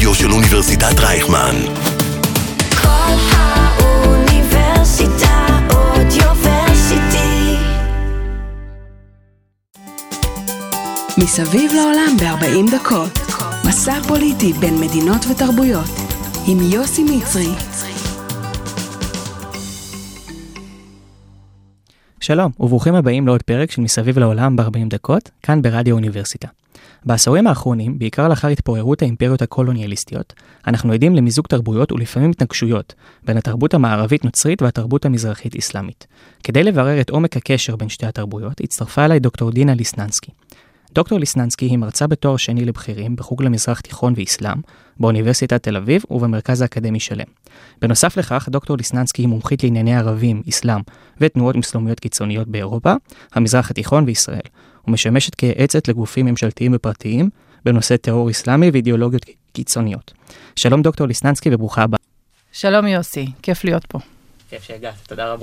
הרדיו של אוניברסיטת רייכמן. כל האוניברסיטה אודיוורסיטי. מסביב לעולם ב-40 דקות. מסע פוליטי בין מדינות ותרבויות. עם יוסי מצרי. שלום, וברוכים הבאים לעוד פרק של מסביב לעולם ב-40 דקות, כאן ברדיו אוניברסיטה. בעשורים האחרונים, בעיקר לאחר התפוררות האימפריות הקולוניאליסטיות, אנחנו עדים למיזוג תרבויות ולפעמים התנגשויות בין התרבות המערבית נוצרית והתרבות המזרחית אסלאמית. כדי לברר את עומק הקשר בין שתי התרבויות, הצטרפה אליי דוקטור דינה ליסננסקי. דוקטור ליסננסקי היא מרצה בתואר שני לבכירים בחוג למזרח תיכון ואסלאם, באוניברסיטת תל אביב ובמרכז האקדמי שלם. בנוסף לכך, דוקטור ליסננסקי היא מומחית לענייני ערבים, אסלאם ותנועות מוסלמיות קיצוניות באירופה, המזרח התיכון וישראל, ומשמשת כיועצת לגופים ממשלתיים ופרטיים בנושא טרור אסלאמי ואידיאולוגיות קיצוניות. שלום דוקטור ליסננסקי וברוכה הבאה. שלום יוסי, כיף להיות פה. כיף שהגעת, תודה רבה.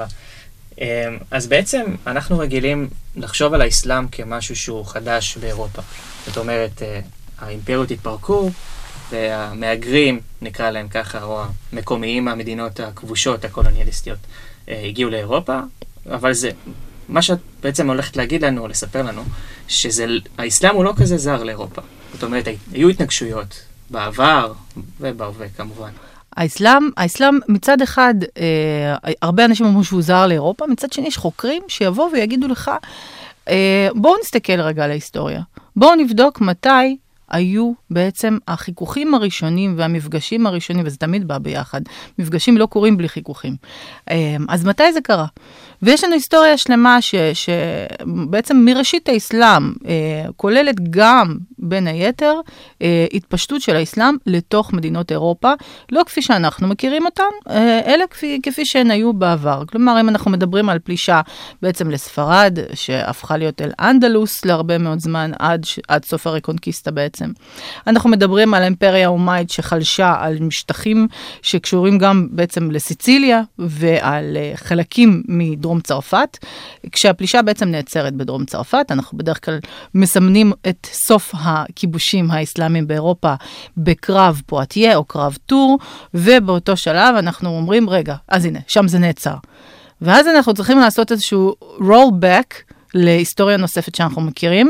אז בעצם אנחנו רגילים לחשוב על האסלאם כמשהו שהוא חדש באירופה. זאת אומרת, האימפריות התפרקו, והמהגרים, נקרא להם ככה, או המקומיים מהמדינות הכבושות, הקולוניאליסטיות, הגיעו לאירופה, אבל זה, מה שאת בעצם הולכת להגיד לנו, או לספר לנו, שהאסלאם הוא לא כזה זר לאירופה. זאת אומרת, היו התנגשויות בעבר ובהווה כמובן. האסלאם מצד אחד, הרבה אנשים אומרים שהוא זר לאירופה, מצד שני יש חוקרים שיבואו ויגידו לך, בואו נסתכל רגע על ההיסטוריה. בואו נבדוק מתי היו בעצם החיכוכים הראשונים והמפגשים הראשונים, וזה תמיד בא ביחד. מפגשים לא קורים בלי חיכוכים. אז מתי זה קרה? ויש לנו היסטוריה שלמה שבעצם מראשית האסלאם כוללת גם בין היתר התפשטות של האסלאם לתוך מדינות אירופה, לא כפי שאנחנו מכירים אותם, אלא כפי שהן היו בעבר. כלומר, אם אנחנו מדברים על פלישה בעצם לספרד, שהפכה להיות אל אנדלוס להרבה מאוד זמן, עד סוף הרקונקיסטה בעצם. אנחנו מדברים על האימפריה האומאית שחלשה על משטחים שקשורים גם בעצם לסיציליה ועל חלקים מדרום צרפת. כשהפלישה בעצם נעצרת בדרום צרפת, אנחנו בדרך כלל מסמנים את סוף הכיבושים האסלאמיים באירופה בקרב פואטיה או קרב טור, ובאותו שלב אנחנו אומרים, רגע, אז הנה, שם זה נעצר. ואז אנחנו צריכים לעשות איזשהו rollback להיסטוריה נוספת שאנחנו מכירים,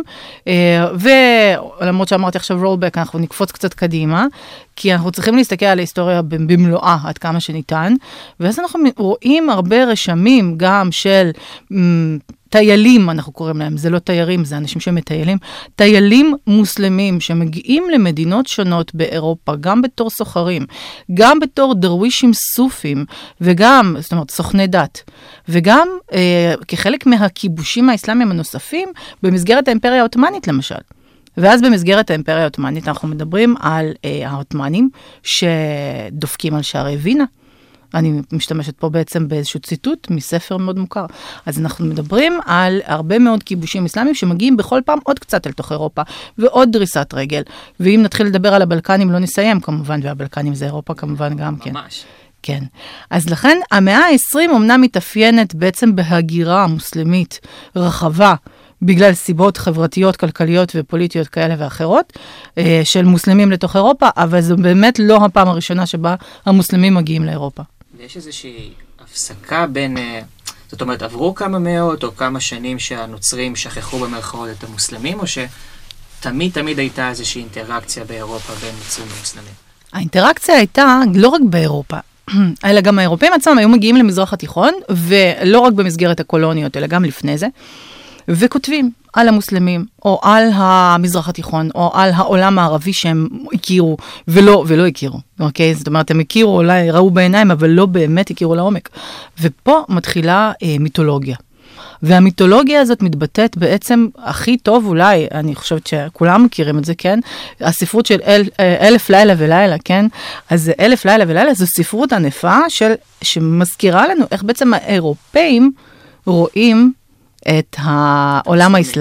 ולמרות שאמרתי עכשיו rollback, אנחנו נקפוץ קצת קדימה, כי אנחנו צריכים להסתכל על ההיסטוריה במלואה עד כמה שניתן, ואז אנחנו רואים הרבה רשמים גם של טיילים, אנחנו קוראים להם, זה לא תיירים, זה אנשים שמטיילים, טיילים מוסלמים שמגיעים למדינות שונות באירופה, גם בתור סוחרים, גם בתור דרווישים סופים, וגם, זאת אומרת, סוכני דת, וגם כחלק מהכיבושים האסלאמיים הנוספים, במסגרת האימפריה העות'מאנית למשל. ואז במסגרת האימפריה העות'מאנית אנחנו מדברים על העות'מאנים שדופקים על שערי וינה. אני משתמשת פה בעצם באיזשהו ציטוט מספר מאוד מוכר. אז אנחנו מדברים על הרבה מאוד כיבושים אסלאמיים שמגיעים בכל פעם עוד קצת אל תוך אירופה, ועוד דריסת רגל. ואם נתחיל לדבר על הבלקנים לא נסיים כמובן, והבלקנים זה אירופה כמובן גם כן. ממש. כן. אז לכן המאה ה-20 אומנם מתאפיינת בעצם בהגירה המוסלמית רחבה, בגלל סיבות חברתיות, כלכליות ופוליטיות כאלה ואחרות, של מוסלמים לתוך אירופה, אבל זו באמת לא הפעם הראשונה שבה המוסלמים מגיעים לאירופה. ויש איזושהי הפסקה בין, זאת אומרת, עברו כמה מאות או כמה שנים שהנוצרים שכחו במרכאות את המוסלמים, או שתמיד הייתה איזושהי אינטראקציה באירופה בין נוצרים ומוסלמים? האינטראקציה הייתה לא רק באירופה, אלא גם האירופאים עצמם היו מגיעים למזרח התיכון, ולא רק במסגרת הקולוניות, אלא גם לפני זה, וכותבים על המוסלמים, או על המזרח התיכון, או על העולם הערבי שהם הכירו, ולא הכירו. אוקיי? זאת אומרת, הם הכירו, אולי ראו בעיניים, אבל לא באמת הכירו לעומק. ופה מתחילה מיתולוגיה. והמיתולוגיה הזאת מתבטאת בעצם הכי טוב, אולי, אני חושבת שכולם מכירים את זה, כן? הספרות של אלף לילה ולילה, כן? אז אלף לילה ולילה זו ספרות ענפה שמזכירה לנו איך בעצם האירופאים רואים את העולם האסלאמי.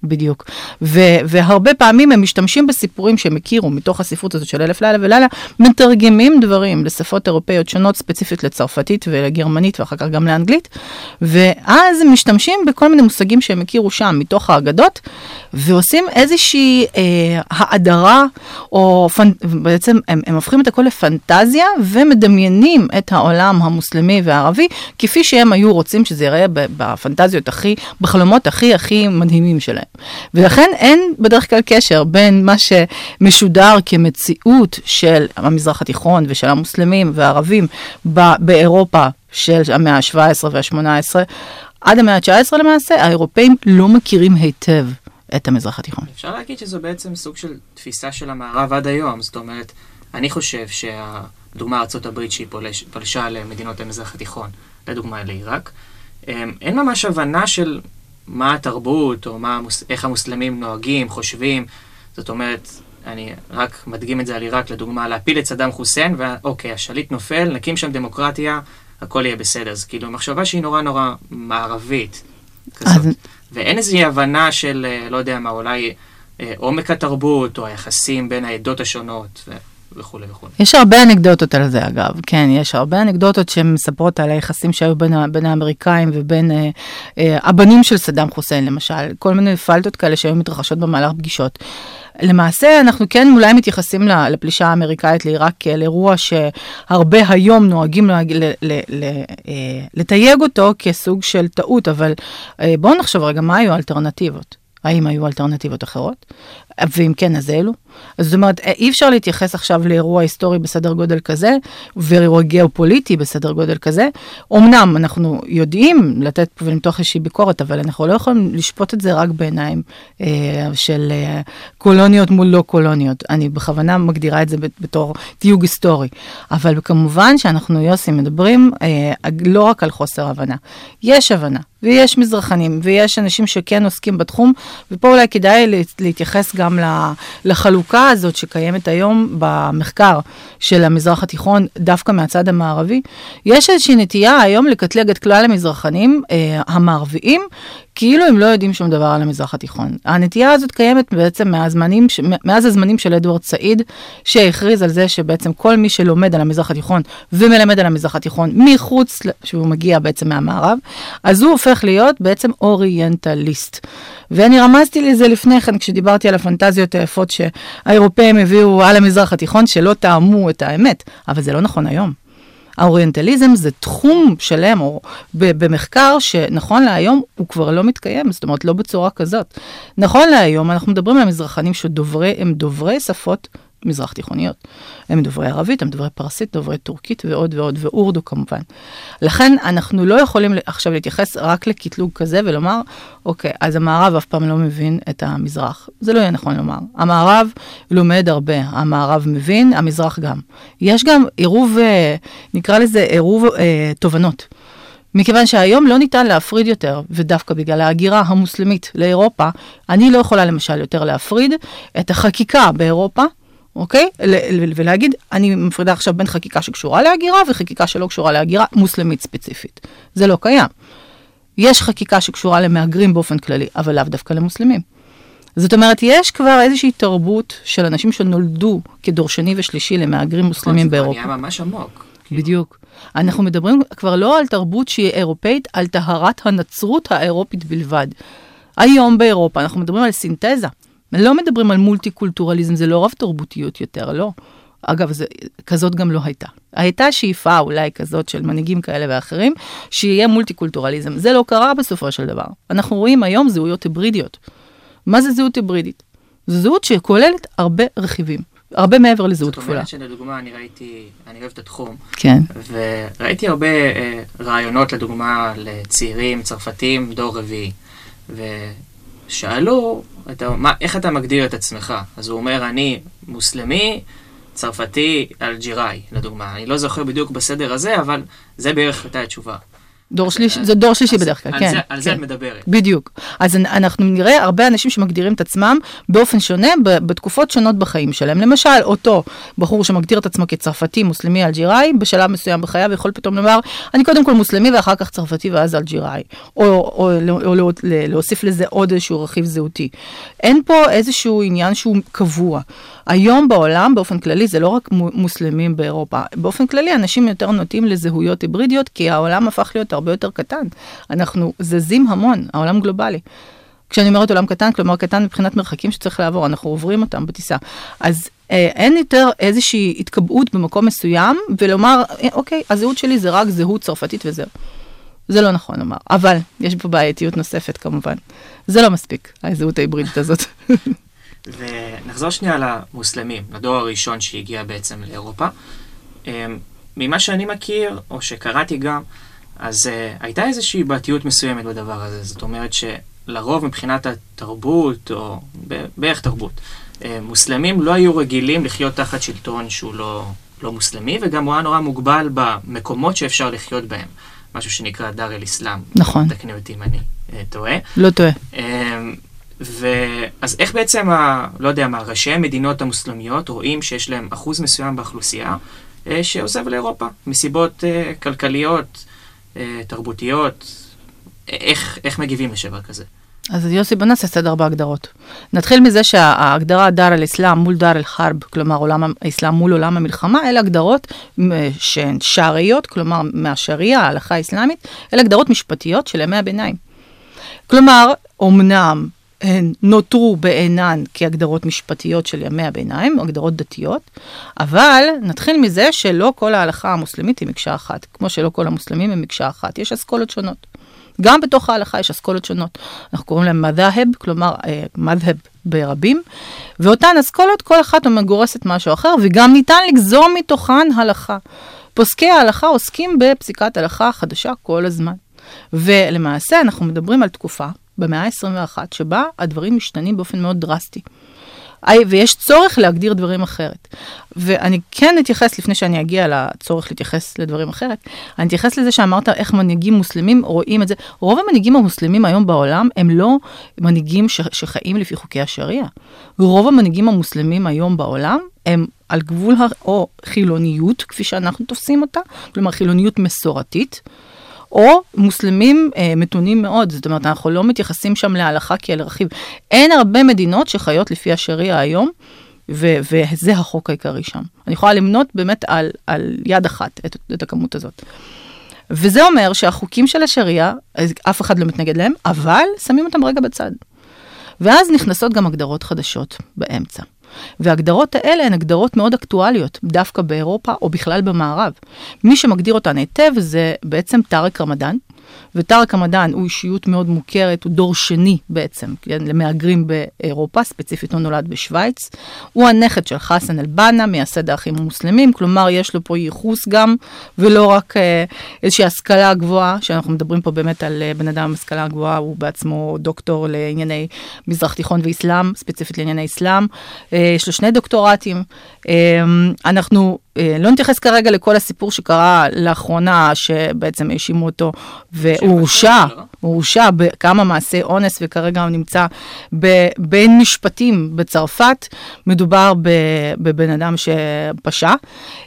בדיוק. והרבה פעמים הם משתמשים בסיפורים שהם הכירו מתוך הספרות הזאת של אלף לילה ולילה, מתרגמים דברים לשפות אירופאיות שונות, ספציפית לצרפתית ולגרמנית ואחר כך גם לאנגלית, ואז הם משתמשים בכל מיני מושגים שהם הכירו שם מתוך האגדות, ועושים איזושהי האדרה, או בעצם הם הופכים את הכל לפנטזיה, ומדמיינים את העולם המוסלמי והערבי, כפי שהם היו רוצים שזה יראה בפנטזיות בחלומות הכי מדהימים שלהם. ולכן אין בדרך כלל קשר בין מה שמשודר כמציאות של המזרח התיכון ושל המוסלמים והערבים באירופה של המאה ה-17 וה-18, עד המאה ה-19 למעשה, האירופאים לא מכירים היטב את המזרח התיכון. אפשר להגיד שזו בעצם סוג של תפיסה של המערב עד היום. זאת אומרת, אני חושב שהדוגמה ארצות הברית שהיא פלשה למדינות המזרח התיכון, לדוגמה לעיראק, אין ממש הבנה של מה התרבות, או איך המוסלמים נוהגים, חושבים. זאת אומרת, אני רק מדגים את זה על עיראק, לדוגמה, להפיל את סדאם חוסיין, ואוקיי, השליט נופל, נקים שם דמוקרטיה, הכל יהיה בסדר. אז כאילו, מחשבה שהיא נורא מערבית כזאת. ואין איזושהי הבנה של, לא יודע מה, אולי עומק התרבות, או היחסים בין העדות השונות, וכו' וכו'. יש הרבה אנקדוטות על זה, אגב. כן, יש הרבה אנקדוטות שמספרות על היחסים שהיו בין האמריקאים ובין הבנים של סדאם חוסיין, למשל. כל מיני פלטות כאלה שהיו מתרחשות במהלך פגישות. למעשה, אנחנו כן אולי מתייחסים לפלישה האמריקאית לעיראק כאל אירוע שהרבה היום נוהגים לתייג אותו כסוג של טעות, אבל בואו נחשוב רגע, מה היו האלטרנטיבות? האם היו אלטרנטיבות אחרות? ואם כן, אז אלו. אז זאת אומרת, אי אפשר להתייחס עכשיו לאירוע היסטורי בסדר גודל כזה, ואירוע גיאופוליטי בסדר גודל כזה. אמנם אנחנו יודעים לתת ולמתוח איזושהי ביקורת, אבל אנחנו לא יכולים לשפוט את זה רק בעיניים של קולוניות מול לא קולוניות. אני בכוונה מגדירה את זה בתור תיוג היסטורי. אבל כמובן שאנחנו, יוסי, מדברים לא רק על חוסר הבנה. יש הבנה, ויש מזרחנים, ויש אנשים שכן עוסקים בתחום, ופה אולי כדאי להתייחס גם לחלוקה הזאת שקיימת היום במחקר של המזרח התיכון, דווקא מהצד המערבי. יש איזושהי נטייה היום לקטלג את כלל המזרחנים המערביים, כאילו הם לא יודעים שום דבר על המזרח התיכון. הנטייה הזאת קיימת בעצם מאז הזמנים של אדוארד סעיד, שהכריז על זה שבעצם כל מי שלומד על המזרח התיכון ומלמד על המזרח התיכון מחוץ, שהוא מגיע בעצם מהמערב, אז הוא הופך להיות בעצם אוריינטליסט. ואני רמזתי לזה לפני כן, כשדיברתי על הפנטזיות היפות שהאירופאים הביאו על המזרח התיכון, שלא טעמו את האמת, אבל זה לא נכון היום. האוריינטליזם זה תחום שלם, או במחקר שנכון להיום הוא כבר לא מתקיים, זאת אומרת לא בצורה כזאת. נכון להיום אנחנו מדברים על מזרחנים שהם דוברי שפות מזרח תיכוניות. הם דוברי ערבית, הם דוברי פרסית, דוברי טורקית ועוד ועוד, ואורדו כמובן. לכן אנחנו לא יכולים עכשיו להתייחס רק לקטלוג כזה ולומר, אוקיי, אז המערב אף פעם לא מבין את המזרח. זה לא יהיה נכון לומר. המערב לומד הרבה, המערב מבין, המזרח גם. יש גם עירוב, נקרא לזה עירוב תובנות. מכיוון שהיום לא ניתן להפריד יותר, ודווקא בגלל ההגירה המוסלמית לאירופה, אני לא יכולה למשל יותר להפריד את החקיקה באירופה, אוקיי? ולהגיד, אני מפרידה עכשיו בין חקיקה שקשורה להגירה, וחקיקה שלא קשורה להגירה מוסלמית ספציפית. זה לא קיים. יש חקיקה שקשורה למהגרים באופן כללי, אבל לאו דווקא למוסלמים. זאת אומרת, יש כבר איזושהי תרבות של אנשים שנולדו כדור שני ושלישי למהגרים מוסלמים באירופה. זה נהיה ממש עמוק. בדיוק. אנחנו מדברים כבר לא על תרבות שהיא אירופאית, על טהרת הנצרות האירופית בלבד. היום באירופה אנחנו מדברים על סינתזה. לא מדברים על מולטי-קולטורליזם, זה לא רב תרבותיות יותר, לא. אגב, כזאת גם לא הייתה. הייתה שאיפה אולי כזאת של מנהיגים כאלה ואחרים, שיהיה מולטי-קולטורליזם. זה לא קרה בסופו של דבר. אנחנו רואים היום זהויות היברידיות. מה זה זהות היברידית? זו זהות שכוללת הרבה רכיבים. הרבה מעבר לזהות כפולה. זאת אומרת שלדוגמה, אני אוהב את התחום. כן. וראיתי הרבה רעיונות, לדוגמה, לצעירים, צרפתים, דור רביעי. ושאלו, איך אתה מגדיר את עצמך? אז הוא אומר, אני מוסלמי, צרפתי, אלג'יראי, לדוגמה. אני לא זוכר בדיוק בסדר הזה, אבל זה בערך הייתה התשובה. זה דור שלישי בדרך כלל, כן. על זה את מדברת. בדיוק. אז אנחנו נראה הרבה אנשים שמגדירים את עצמם באופן שונה, בתקופות שונות בחיים שלהם. למשל, אותו בחור שמגדיר את עצמו כצרפתי, מוסלמי, אלג'יראי, בשלב מסוים בחייו יכול פתאום לומר, אני קודם כל מוסלמי ואחר כך צרפתי ואז אלג'יראי. או להוסיף לזה עוד איזשהו רכיב זהותי. אין פה איזשהו עניין שהוא קבוע. היום בעולם, באופן כללי, זה לא רק מוסלמים באירופה. באופן כללי, אנשים יותר נוטים לזהויות היברידיות, כי העולם הפך להיות הרבה יותר קטן. אנחנו זזים המון, העולם גלובלי. כשאני אומרת עולם קטן, כלומר קטן מבחינת מרחקים שצריך לעבור, אנחנו עוברים אותם בטיסה. אז אין יותר איזושהי התקבעות במקום מסוים, ולומר, אוקיי, הזהות שלי זה רק זהות צרפתית וזהו. זה לא נכון לומר, אבל יש פה בעייתיות נוספת כמובן. זה לא מספיק, הזהות ההיברידית הזאת. ונחזור שנייה למוסלמים, לדור הראשון שהגיע בעצם לאירופה. ממה שאני מכיר, או שקראתי גם, אז הייתה איזושהי בעייתיות מסוימת בדבר הזה. זאת אומרת שלרוב מבחינת התרבות, או בערך תרבות, מוסלמים לא היו רגילים לחיות תחת שלטון שהוא לא מוסלמי, וגם הוא היה נורא מוגבל במקומות שאפשר לחיות בהם. משהו שנקרא דר אל איסלאם. נכון. תקני אותי אם אני טועה. לא טועה. אז איך בעצם, לא יודע מה, ראשי המדינות המוסלמיות רואים שיש להם אחוז מסוים באוכלוסייה שעוזב לאירופה, מסיבות כלכליות, תרבותיות, איך מגיבים לשבר כזה? אז יוסי, בוא נעשה סדר בהגדרות. נתחיל מזה שההגדרה דר אל איסלאם מול דר אל חרב, כלומר עולם האסלאם מול עולם המלחמה, אלה הגדרות שהן שעריות, כלומר מהשריעה, ההלכה האסלאמית, אלה הגדרות משפטיות של ימי הביניים. כלומר, אומנם הן נותרו בעינן כהגדרות משפטיות של ימי הביניים, הגדרות דתיות, אבל נתחיל מזה שלא כל ההלכה המוסלמית היא מקשה אחת, כמו שלא כל המוסלמים הם מקשה אחת, יש אסכולות שונות. גם בתוך ההלכה יש אסכולות שונות. אנחנו קוראים להם מדהב, כלומר מדהב ברבים, ואותן אסכולות כל אחת מגורסת משהו אחר, וגם ניתן לגזור מתוכן הלכה. פוסקי ההלכה עוסקים בפסיקת הלכה חדשה כל הזמן. ולמעשה אנחנו מדברים על תקופה במאה ה-21, שבה הדברים משתנים באופן מאוד דרסטי. ויש צורך להגדיר דברים אחרת. ואני כן אתייחס, לפני שאני אגיע לצורך להתייחס לדברים אחרת, אני אתייחס לזה שאמרת איך מנהיגים מוסלמים רואים את זה. רוב המנהיגים המוסלמים היום בעולם הם לא מנהיגים שחיים לפי חוקי השריעה. רוב המנהיגים המוסלמים היום בעולם הם על גבול או חילוניות, כפי שאנחנו תופסים אותה, כלומר חילוניות מסורתית, או מוסלמים מתונים מאוד, זאת אומרת, אנחנו לא מתייחסים שם להלכה כאל רכיב. אין הרבה מדינות שחיות לפי השריעה היום, וזה החוק העיקרי שם. אני יכולה למנות באמת על יד אחת את הכמות הזאת. וזה אומר שהחוקים של השריעה, אף אחד לא מתנגד להם, אבל שמים אותם רגע בצד. ואז נכנסות גם הגדרות חדשות באמצע. והגדרות האלה הן הגדרות מאוד אקטואליות, דווקא באירופה או בכלל במערב. מי שמגדיר אותן היטב זה בעצם טארק רמדאן, וטארק רמדאן הוא אישיות מאוד מוכרת, הוא דור שני בעצם, למהגרים באירופה, ספציפית הוא נולד בשוויץ. הוא הנכד של חסן אל-בנה, מייסד האחים המוסלמים, כלומר יש לו פה ייחוס גם, ולא רק איזושהי השכלה גבוהה, שאנחנו מדברים פה באמת על בן אדם עם השכלה גבוהה, הוא בעצמו דוקטור לענייני מזרח תיכון ואסלאם, ספציפית לענייני אסלאם. יש לו 2 דוקטורטים. אנחנו לא נתייחס כרגע לכל הסיפור שקרה לאחרונה, שבעצם האשימו אותו, והוא הורשע בכמה מעשי אונס, וכרגע הוא נמצא בין משפטים בצרפת, מדובר בבן אדם שפשע.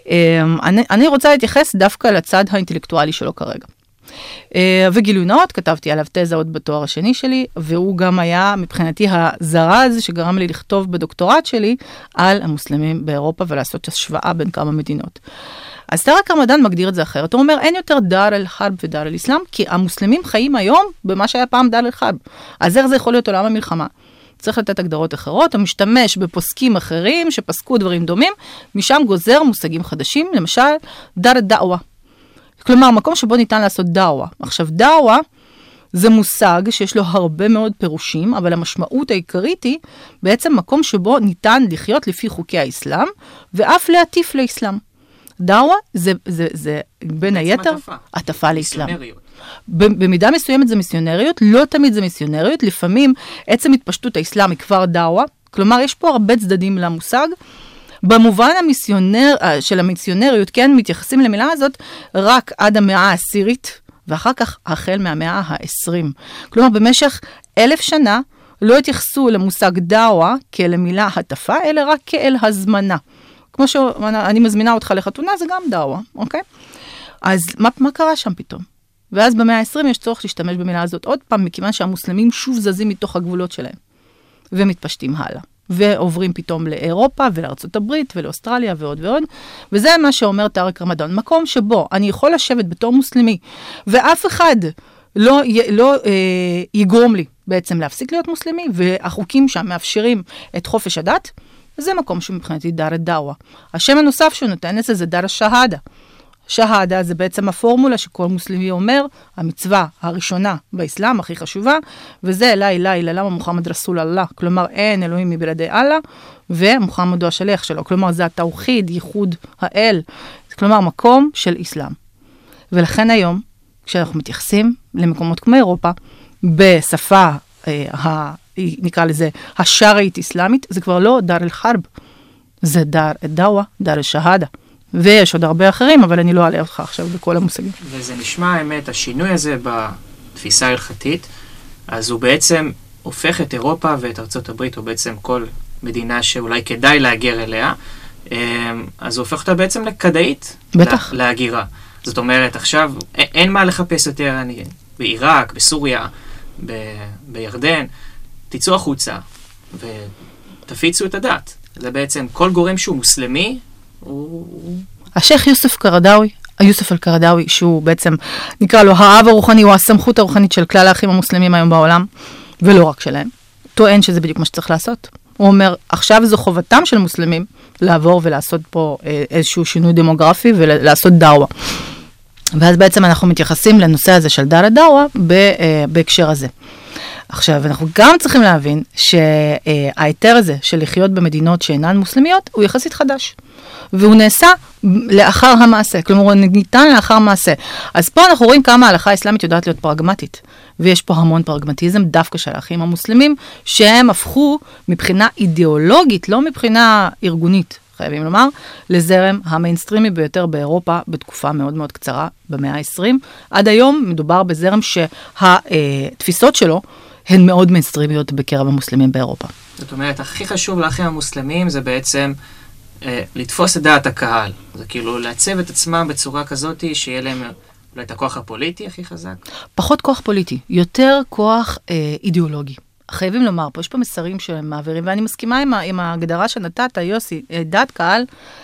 אני רוצה להתייחס דווקא לצד האינטלקטואלי שלו כרגע. וגילוי נאות, כתבתי עליו תזה עוד בתואר השני שלי, והוא גם היה מבחינתי הזרז שגרם לי לכתוב בדוקטורט שלי על המוסלמים באירופה ולעשות השוואה בין כמה מדינות. אז טארק רמדאן מגדיר את זה אחרת. הוא אומר, אין יותר דר אל חרב ודר אל איסלאם, כי המוסלמים חיים היום במה שהיה פעם דר אל חרב. אז איך זה יכול להיות עולם המלחמה? צריך לתת הגדרות אחרות, הוא משתמש בפוסקים אחרים שפסקו דברים דומים, משם גוזר מושגים חדשים, למשל דר דאווה. כלומר, מקום שבו ניתן לעשות דאווה. עכשיו, דאווה זה מושג שיש לו הרבה מאוד פירושים, אבל המשמעות העיקרית היא בעצם מקום שבו ניתן לחיות לפי חוקי האסלאם, ואף להטיף לאסלאם. דאווה זה בין היתר הטפה לאסלאם. במידה מסוימת זה מיסיונריות, לא תמיד זה מיסיונריות, לפעמים עצם התפשטות האסלאם היא כבר דאווה, כלומר, יש פה הרבה צדדים למושג, במובן של המיסיונריות, כן, מתייחסים למילה הזאת רק עד המאה העשירית ואחר כך החל מהמאה ה-20. כלומר, במשך 1000 שנה לא התייחסו למושג דאווה כאל מילה הטפה, אלא רק כאל הזמנה. כמו שאני מזמינה אותך לחתונה, זה גם דאווה, אוקיי? אז מה קרה שם פתאום? ואז במאה ה-20 יש צורך להשתמש במילה הזאת עוד פעם, מכיוון שהמוסלמים שוב זזים מתוך הגבולות שלהם, ומתפשטים הלאה. ועוברים פתאום לאירופה ולארצות הברית ולאוסטרליה ועוד ועוד, וזה מה שאומר טארק רמדאן, מקום שבו אני יכול לשבת בתור מוסלמי, ואף אחד לא יגרום לי בעצם להפסיק להיות מוסלמי, והחוקים שם מאפשרים את חופש הדת, זה מקום שמבחינתי דר דאווה. השם הנוסף שהוא נותן לזה זה דר השהדה. שהדה זה בעצם הפורמולה שכל מוסלמי אומר, המצווה הראשונה באסלאם, הכי חשובה, וזה לה אילה אילה למה מוחמד רסול אללה, כלומר אין אלוהים מבלעדי אללה, ומוחמד הוא השליח שלו, כלומר זה התאוחיד, ייחוד האל, כלומר מקום של אסלאם. ולכן היום, כשאנחנו מתייחסים למקומות כמו אירופה, בשפה, נקרא לזה, השרעית אסלאמית, זה כבר לא דר אל חרב, זה דר דאווה, דר אל שהדה. ויש עוד הרבה אחרים, אבל אני לא אעלה אותך עכשיו בכל המושגים. וזה נשמע, האמת, השינוי הזה בתפיסה ההלכתית, אז הוא בעצם הופך את אירופה ואת ארצות הברית, או בעצם כל מדינה שאולי כדאי להגר אליה, אז הוא הופך אותה בעצם לכדאית להגירה. זאת אומרת, עכשיו, אין מה לחפש יותר, בעיראק, בסוריה, בירדן, תצאו החוצה ותפיצו את הדת. זה בעצם כל גורם שהוא מוסלמי, השייך יוסף אל-קרדאווי, שהוא בעצם נקרא לו האב הרוחני, הוא הסמכות הרוחנית של כלל האחים המוסלמים היום בעולם, ולא רק שלהם. טוען שזה בדיוק מה שצריך לעשות. הוא אומר, עכשיו זו חובתם של מוסלמים לעבור ולעשות פה איזשהו שינוי דמוגרפי ולעשות דאווה. ואז בעצם אנחנו מתייחסים לנושא הזה של דר הדאווה בהקשר הזה. עכשיו, אנחנו גם צריכים להבין שההיתר הזה של לחיות במדינות שאינן מוסלמיות הוא יחסית חדש. והוא נעשה לאחר המעשה, כלומר הוא ניתן לאחר מעשה. אז פה אנחנו רואים כמה ההלכה האסלאמית יודעת להיות פרגמטית, ויש פה המון פרגמטיזם דווקא של האחים המוסלמים, שהם הפכו מבחינה אידיאולוגית, לא מבחינה ארגונית, חייבים לומר, לזרם המיינסטרימי ביותר באירופה בתקופה מאוד מאוד קצרה, במאה ה-20. עד היום מדובר בזרם שהתפיסות שלו הן מאוד מיינסטרימיות בקרב המוסלמים באירופה. זאת אומרת, הכי חשוב לאחים המוסלמים זה בעצם לתפוס את דעת הקהל. זה כאילו לעצב את עצמם בצורה כזאת שיהיה להם אולי את הכוח הפוליטי הכי חזק? פחות כוח פוליטי, יותר כוח אידיאולוגי. חייבים לומר, פה יש פה מסרים שהם מעבירים, ואני מסכימה עם ההגדרה שנתת, יוסי, דעת קהל,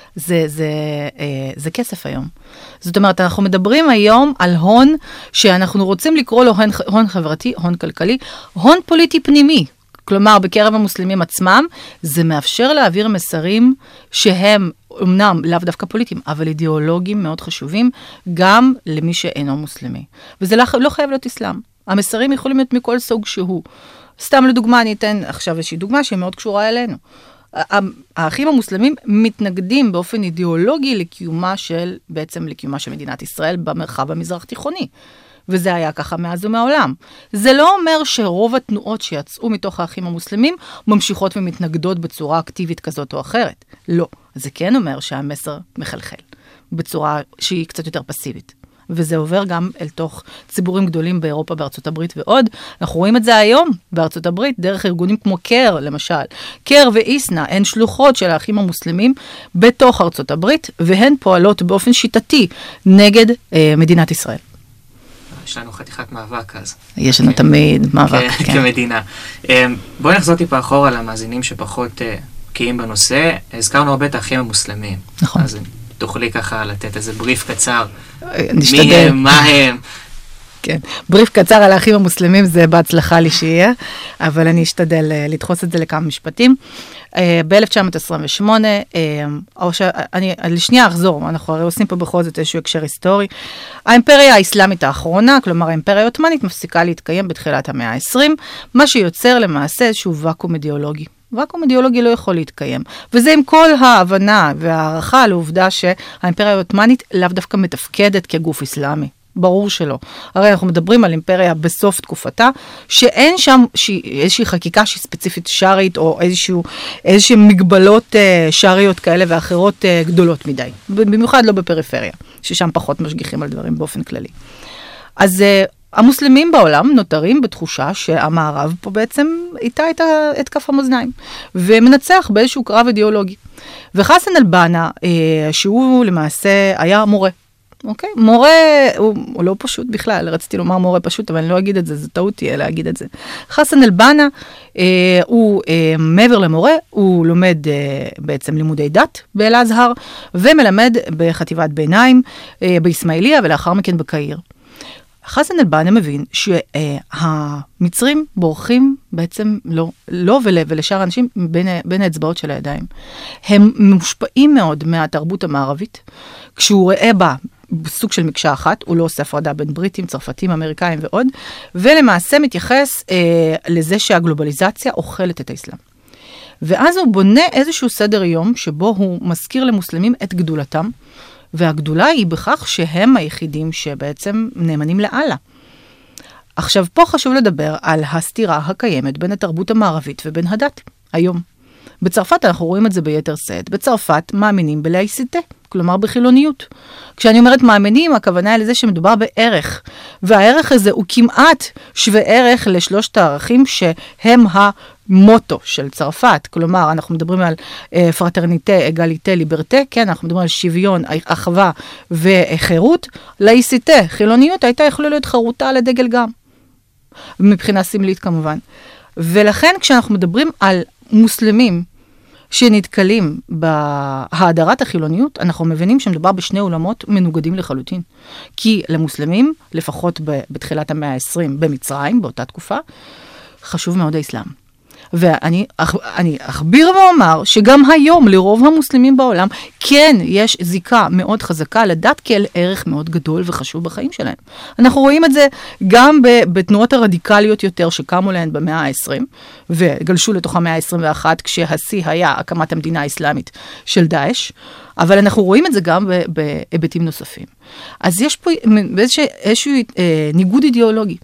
זה כסף היום. זאת אומרת, אנחנו מדברים היום על הון, שאנחנו רוצים לקרוא לו הון חברתי, הון כלכלי, הון פוליטי פנימי. כלומר, בקרב המוסלמים עצמם, זה מאפשר להעביר מסרים שהם אמנם לאו דווקא פוליטיים, אבל אידיאולוגיים מאוד חשובים, גם למי שאינו מוסלמי. וזה לא חייב להיות אסלאם. המסרים יכולים להיות מכל סוג שהוא. סתם לדוגמה, אני אתן עכשיו איזושהי דוגמה שהיא מאוד קשורה אלינו. האחים המוסלמים מתנגדים באופן אידיאולוגי לקיומה של מדינת ישראל במרחב המזרח תיכוני. וזה היה ככה מאז ומעולם. זה לא אומר שרוב התנועות שיצאו מתוך האחים המוסלמים ממשיכות ומתנגדות בצורה אקטיבית כזאת או אחרת. לא. זה כן אומר שהמסר מחלחל בצורה שהיא קצת יותר פסיבית. וזה עובר גם אל תוך ציבורים גדולים באירופה, בארצות הברית ועוד. אנחנו רואים את זה היום בארצות הברית, דרך ארגונים כמו קר, למשל. קר ואיסנה הן שלוחות של האחים המוסלמים בתוך ארצות הברית, והן פועלות באופן שיטתי נגד מדינת ישראל. יש לנו חתיכת מאבק אז. יש לנו תמיד מאבק. כמדינה. בואי נחזור טיפה אחורה למאזינים שפחות בקיאים בנושא. הזכרנו הרבה את האחים המוסלמים. נכון. אז תוכלי ככה לתת איזה בריף קצר. נשתדל. מי הם, מה הם? כן, בריף קצר על האחים המוסלמים זה בהצלחה לי שיהיה, אבל אני אשתדל לדחוס את זה לכמה משפטים. ב-1928, אני לשנייה אחזור, אנחנו הרי עושים פה בכל זאת איזשהו הקשר היסטורי. האימפריה האסלאמית האחרונה, כלומר האימפריה העות'מאנית, מפסיקה להתקיים בתחילת המאה ה-20, מה שיוצר למעשה איזשהו ואקום אידיאולוגי. ואקום אידיאולוגי לא יכול להתקיים. וזה עם כל ההבנה והערכה לעובדה שהאימפריה העות'מאנית לאו דווקא מתפקדת כגוף אסלאמי. ברור שלא. הרי אנחנו מדברים על אימפריה בסוף תקופתה, שאין שם איזושהי חקיקה שהיא ספציפית שרעית, או איזושהי מגבלות שרעיות כאלה ואחרות גדולות מדי. במיוחד לא בפריפריה, ששם פחות משגיחים על דברים באופן כללי. אז המוסלמים בעולם נותרים בתחושה שהמערב פה בעצם איתה את כף המאזניים, ומנצח באיזשהו קרב אידיאולוגי. וחסן אל-בנה, שהוא למעשה היה מורה, אוקיי? מורה, הוא לא פשוט בכלל, רציתי לומר מורה פשוט, אבל אני לא אגיד את זה, זה טעות תהיה להגיד את זה. חסן אל-בנה, הוא מעבר למורה, הוא לומד בעצם לימודי דת באל-אזהר, ומלמד בחטיבת ביניים באסמאעיליה, ולאחר מכן בקהיר. חסן אל-בנה מבין שהמצרים בורחים בעצם לא ולשאר האנשים בין האצבעות של הידיים. הם מושפעים מאוד מהתרבות המערבית, כשהוא רואה בה בסוג של מקשה אחת, הוא לא עושה הפרדה בין בריטים, צרפתים, אמריקאים ועוד, ולמעשה מתייחס לזה שהגלובליזציה אוכלת את האסלאם. ואז הוא בונה איזשהו סדר יום שבו הוא מזכיר למוסלמים את גדולתם, והגדולה היא בכך שהם היחידים שבעצם נאמנים לאללה. עכשיו, פה חשוב לדבר על הסתירה הקיימת בין התרבות המערבית ובין הדת, היום. בצרפת אנחנו רואים את זה ביתר שאת. בצרפת מאמינים בלאיסיטה, כלומר בחילוניות. כשאני אומרת מאמינים, הכוונה היא לזה שמדובר בערך. והערך הזה הוא כמעט שווה ערך לשלושת הערכים שהם המוטו של צרפת. כלומר, אנחנו מדברים על פרטרניטה, אגליטה, ליברטה, כן, אנחנו מדברים על שוויון, אחווה וחירות. לאיסיטה, חילוניות, הייתה יכולה להיות חרוטה על הדגל גם. מבחינה סמלית כמובן. ולכן כשאנחנו מדברים על מוסלמים שנתקלים בהאדרת החילוניות, אנחנו מבינים שמדובר בשני עולמות מנוגדים לחלוטין. כי למוסלמים, לפחות בתחילת המאה ה-20 במצרים, באותה תקופה, חשוב מאוד האסלאם. ואני אכביר ואומר שגם היום לרוב המוסלמים בעולם כן יש זיקה מאוד חזקה לדת כאל ערך מאוד גדול וחשוב בחיים שלהם. אנחנו רואים את זה גם בתנועות הרדיקליות יותר שקמו להן במאה ה-20 וגלשו לתוך המאה ה-21 כשהשיא היה הקמת המדינה האסלאמית של דאעש, אבל אנחנו רואים את זה גם בהיבטים נוספים. אז יש פה איזשהו ניגוד אידיאולוגי.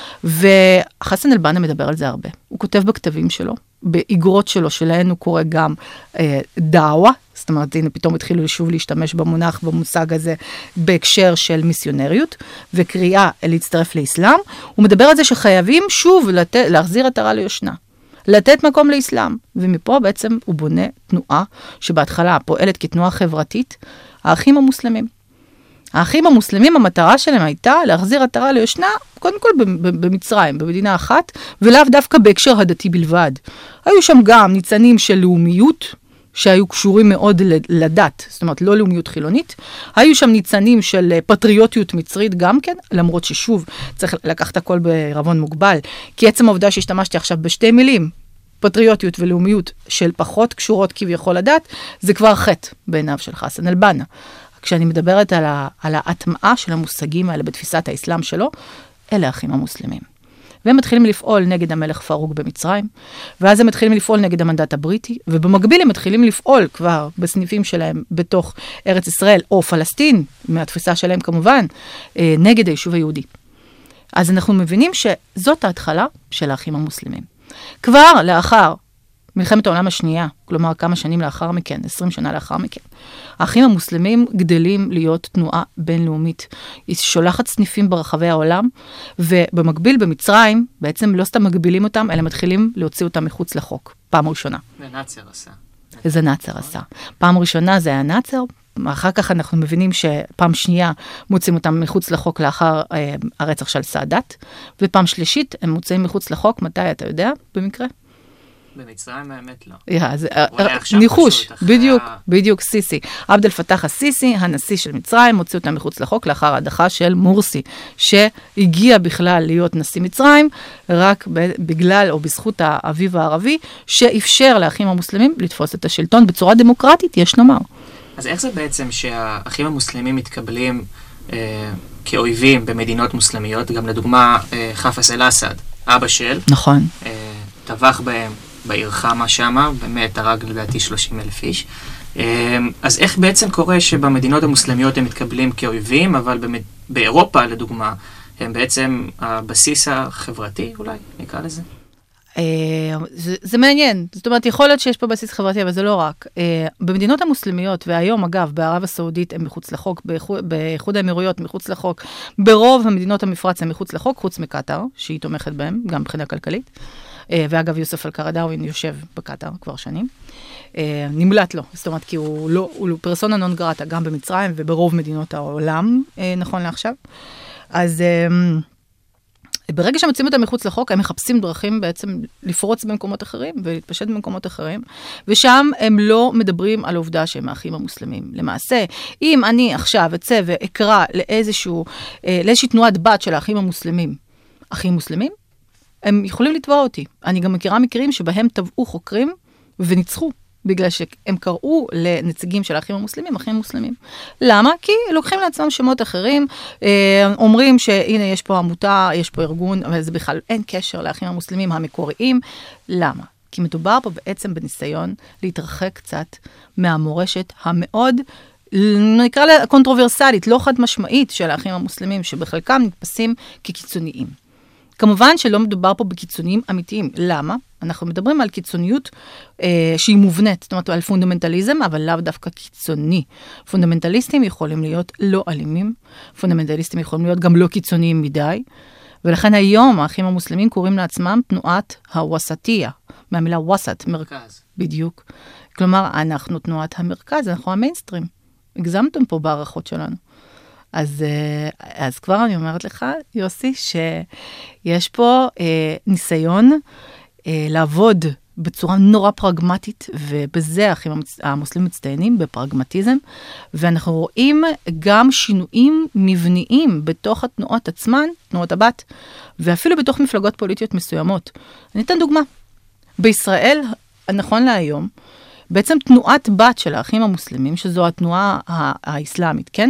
וחסן אל-בנה מדבר על זה הרבה. הוא כותב בכתבים שלו, באגרות שלו, שלהן הוא קורא גם דאווה, זאת אומרת, הנה פתאום התחילו שוב להשתמש במושג הזה, בהקשר של מיסיונריות, וקריאה להצטרף לאסלאם. הוא מדבר על זה שחייבים שוב להחזיר עטרה ליושנה, לתת מקום לאסלאם, ומפה בעצם הוא בונה תנועה, שבהתחלה פועלת כתנועה חברתית, האחים המוסלמים. האחים המוסלמים, המטרה שלהם הייתה להחזיר עטרה ליושנה, קודם כל במצרים, במדינה אחת, ולאו דווקא בהקשר הדתי בלבד. היו שם גם ניצנים של לאומיות, שהיו קשורים מאוד לדת, זאת אומרת, לא לאומיות חילונית. היו שם ניצנים של פטריוטיות מצרית גם כן, למרות ששוב, צריך לקחת הכל בערבון מוגבל, כי עצם העובדה שהשתמשתי עכשיו בשתי מילים, פטריוטיות ולאומיות של פחות קשורות כביכול לדת, זה כבר חטא בעיניו של חסן אל-בנה. כשאני מדברת על ההטמעה של המושגים האלה בתפיסת האסלאם שלו, אלה האחים המוסלמים. והם מתחילים לפעול נגד המלך פרוק במצרים, ואז הם מתחילים לפעול נגד המנדט הבריטי, ובמקביל הם מתחילים לפעול כבר בסניפים שלהם בתוך ארץ ישראל, או פלסטין, מהתפיסה שלהם כמובן, נגד היישוב היהודי. אז אנחנו מבינים שזאת ההתחלה של האחים המוסלמים. כבר לאחר מלחמת העולם השנייה, כלומר כמה שנים לאחר מכן, 20 שנה לאחר מכן, האחים המוסלמים גדלים להיות תנועה בינלאומית. היא שולחת סניפים ברחבי העולם, ובמקביל במצרים, בעצם לא סתם מגבילים אותם, אלא מתחילים להוציא אותם מחוץ לחוק, פעם ראשונה. ונאצר עשה. זה נאצר עשה. פעם ראשונה זה היה נאצר, אחר כך אנחנו מבינים שפעם שנייה מוצאים אותם מחוץ לחוק לאחר הרצח של סאדאת, ופעם שלישית הם מוצאים מחוץ לחוק, מתי אתה יודע? במקרה? במצרים האמת לא. ניחוש, בדיוק סיסי. עבד אל פתח א-סיסי, הנשיא של מצרים, מוציא אותם מחוץ לחוק לאחר ההדחה של מורסי, שהגיע בכלל להיות נשיא מצרים, רק בגלל או בזכות האביב הערבי, שאפשר לאחים המוסלמים לתפוס את השלטון בצורה דמוקרטית, יש לומר. אז איך זה בעצם שהאחים המוסלמים מתקבלים כאויבים במדינות מוסלמיות, גם לדוגמה חאפז אל-אסד, אבא של, נכון. טבח בהם בעיר חמה שמה, באמת הרג לדעתי 30,000 איש. אז איך בעצם קורה שבמדינות המוסלמיות הם מתקבלים כאויבים, אבל באירופה לדוגמה, הם בעצם הבסיס החברתי, אולי נקרא לזה? זה מעניין, זאת אומרת, יכול להיות שיש פה בסיס חברתי, אבל זה לא רק. במדינות המוסלמיות, והיום, אגב, בערב הסעודית הם מחוץ לחוק, באיחוד האמירויות מחוץ לחוק, ברוב המדינות המפרץ הם מחוץ לחוק, חוץ מקטר, שהיא תומכת בהם, גם מבחינה כלכלית. ואגב, יוסף אל-קרדאווי יושב בקטר כבר שנים. נמלט לו, זאת אומרת, כי הוא פרסונה נון גרטה, גם במצרים וברוב מדינות העולם, נכון לעכשיו. אז ברגע שמוצאים אותם מחוץ לחוק, הם מחפשים דרכים בעצם לפרוץ במקומות אחרים ולהתפשט במקומות אחרים, ושם הם לא מדברים על העובדה שהם האחים המוסלמים. למעשה, אם אני עכשיו אצא ואקרא לאיזושהי תנועת בת של האחים המוסלמים, אחים מוסלמים, הם יכולים לתבוע אותי. אני גם מכירה מקרים שבהם טבעו חוקרים וניצחו, בגלל שהם קראו לנציגים של האחים המוסלמים, אחים מוסלמים. למה? כי לוקחים לעצמם שמות אחרים, אומרים שהנה יש פה עמותה, יש פה ארגון, אבל זה בכלל אין קשר לאחים המוסלמים המקוריים. למה? כי מדובר פה בעצם בניסיון להתרחק קצת מהמורשת המאוד, נקרא לה קונטרוברסלית, לא חד משמעית של האחים המוסלמים, שבחלקם נתפסים כקיצוניים. כמובן שלא מדובר פה בקיצוניים אמיתיים. למה? אנחנו מדברים על קיצוניות שהיא מובנית, זאת אומרת על פונדמנטליזם, אבל לאו דווקא קיצוני. פונדמנטליסטים יכולים להיות לא אלימים, פונדמנטליסטים יכולים להיות גם לא קיצוניים מדי, ולכן היום האחים המוסלמים קוראים לעצמם תנועת הווסטיה, מהמילה ווסט, מרכז. בדיוק. כלומר, אנחנו תנועת המרכז, אנחנו המיינסטרים. הגזמתם פה בערכות שלנו. אז כבר אני אומרת לך, יוסי, שיש פה ניסיון לעבוד בצורה נורא פרגמטית, ובזה האחים המוסלמים מצטיינים בפרגמטיזם, ואנחנו רואים גם שינויים מבניים בתוך התנועות עצמן, תנועות הבת, ואפילו בתוך מפלגות פוליטיות מסוימות. אני אתן דוגמה. בישראל, נכון להיום, בעצם תנועת בת של האחים המוסלמים, שזו התנועה האסלאמית, כן?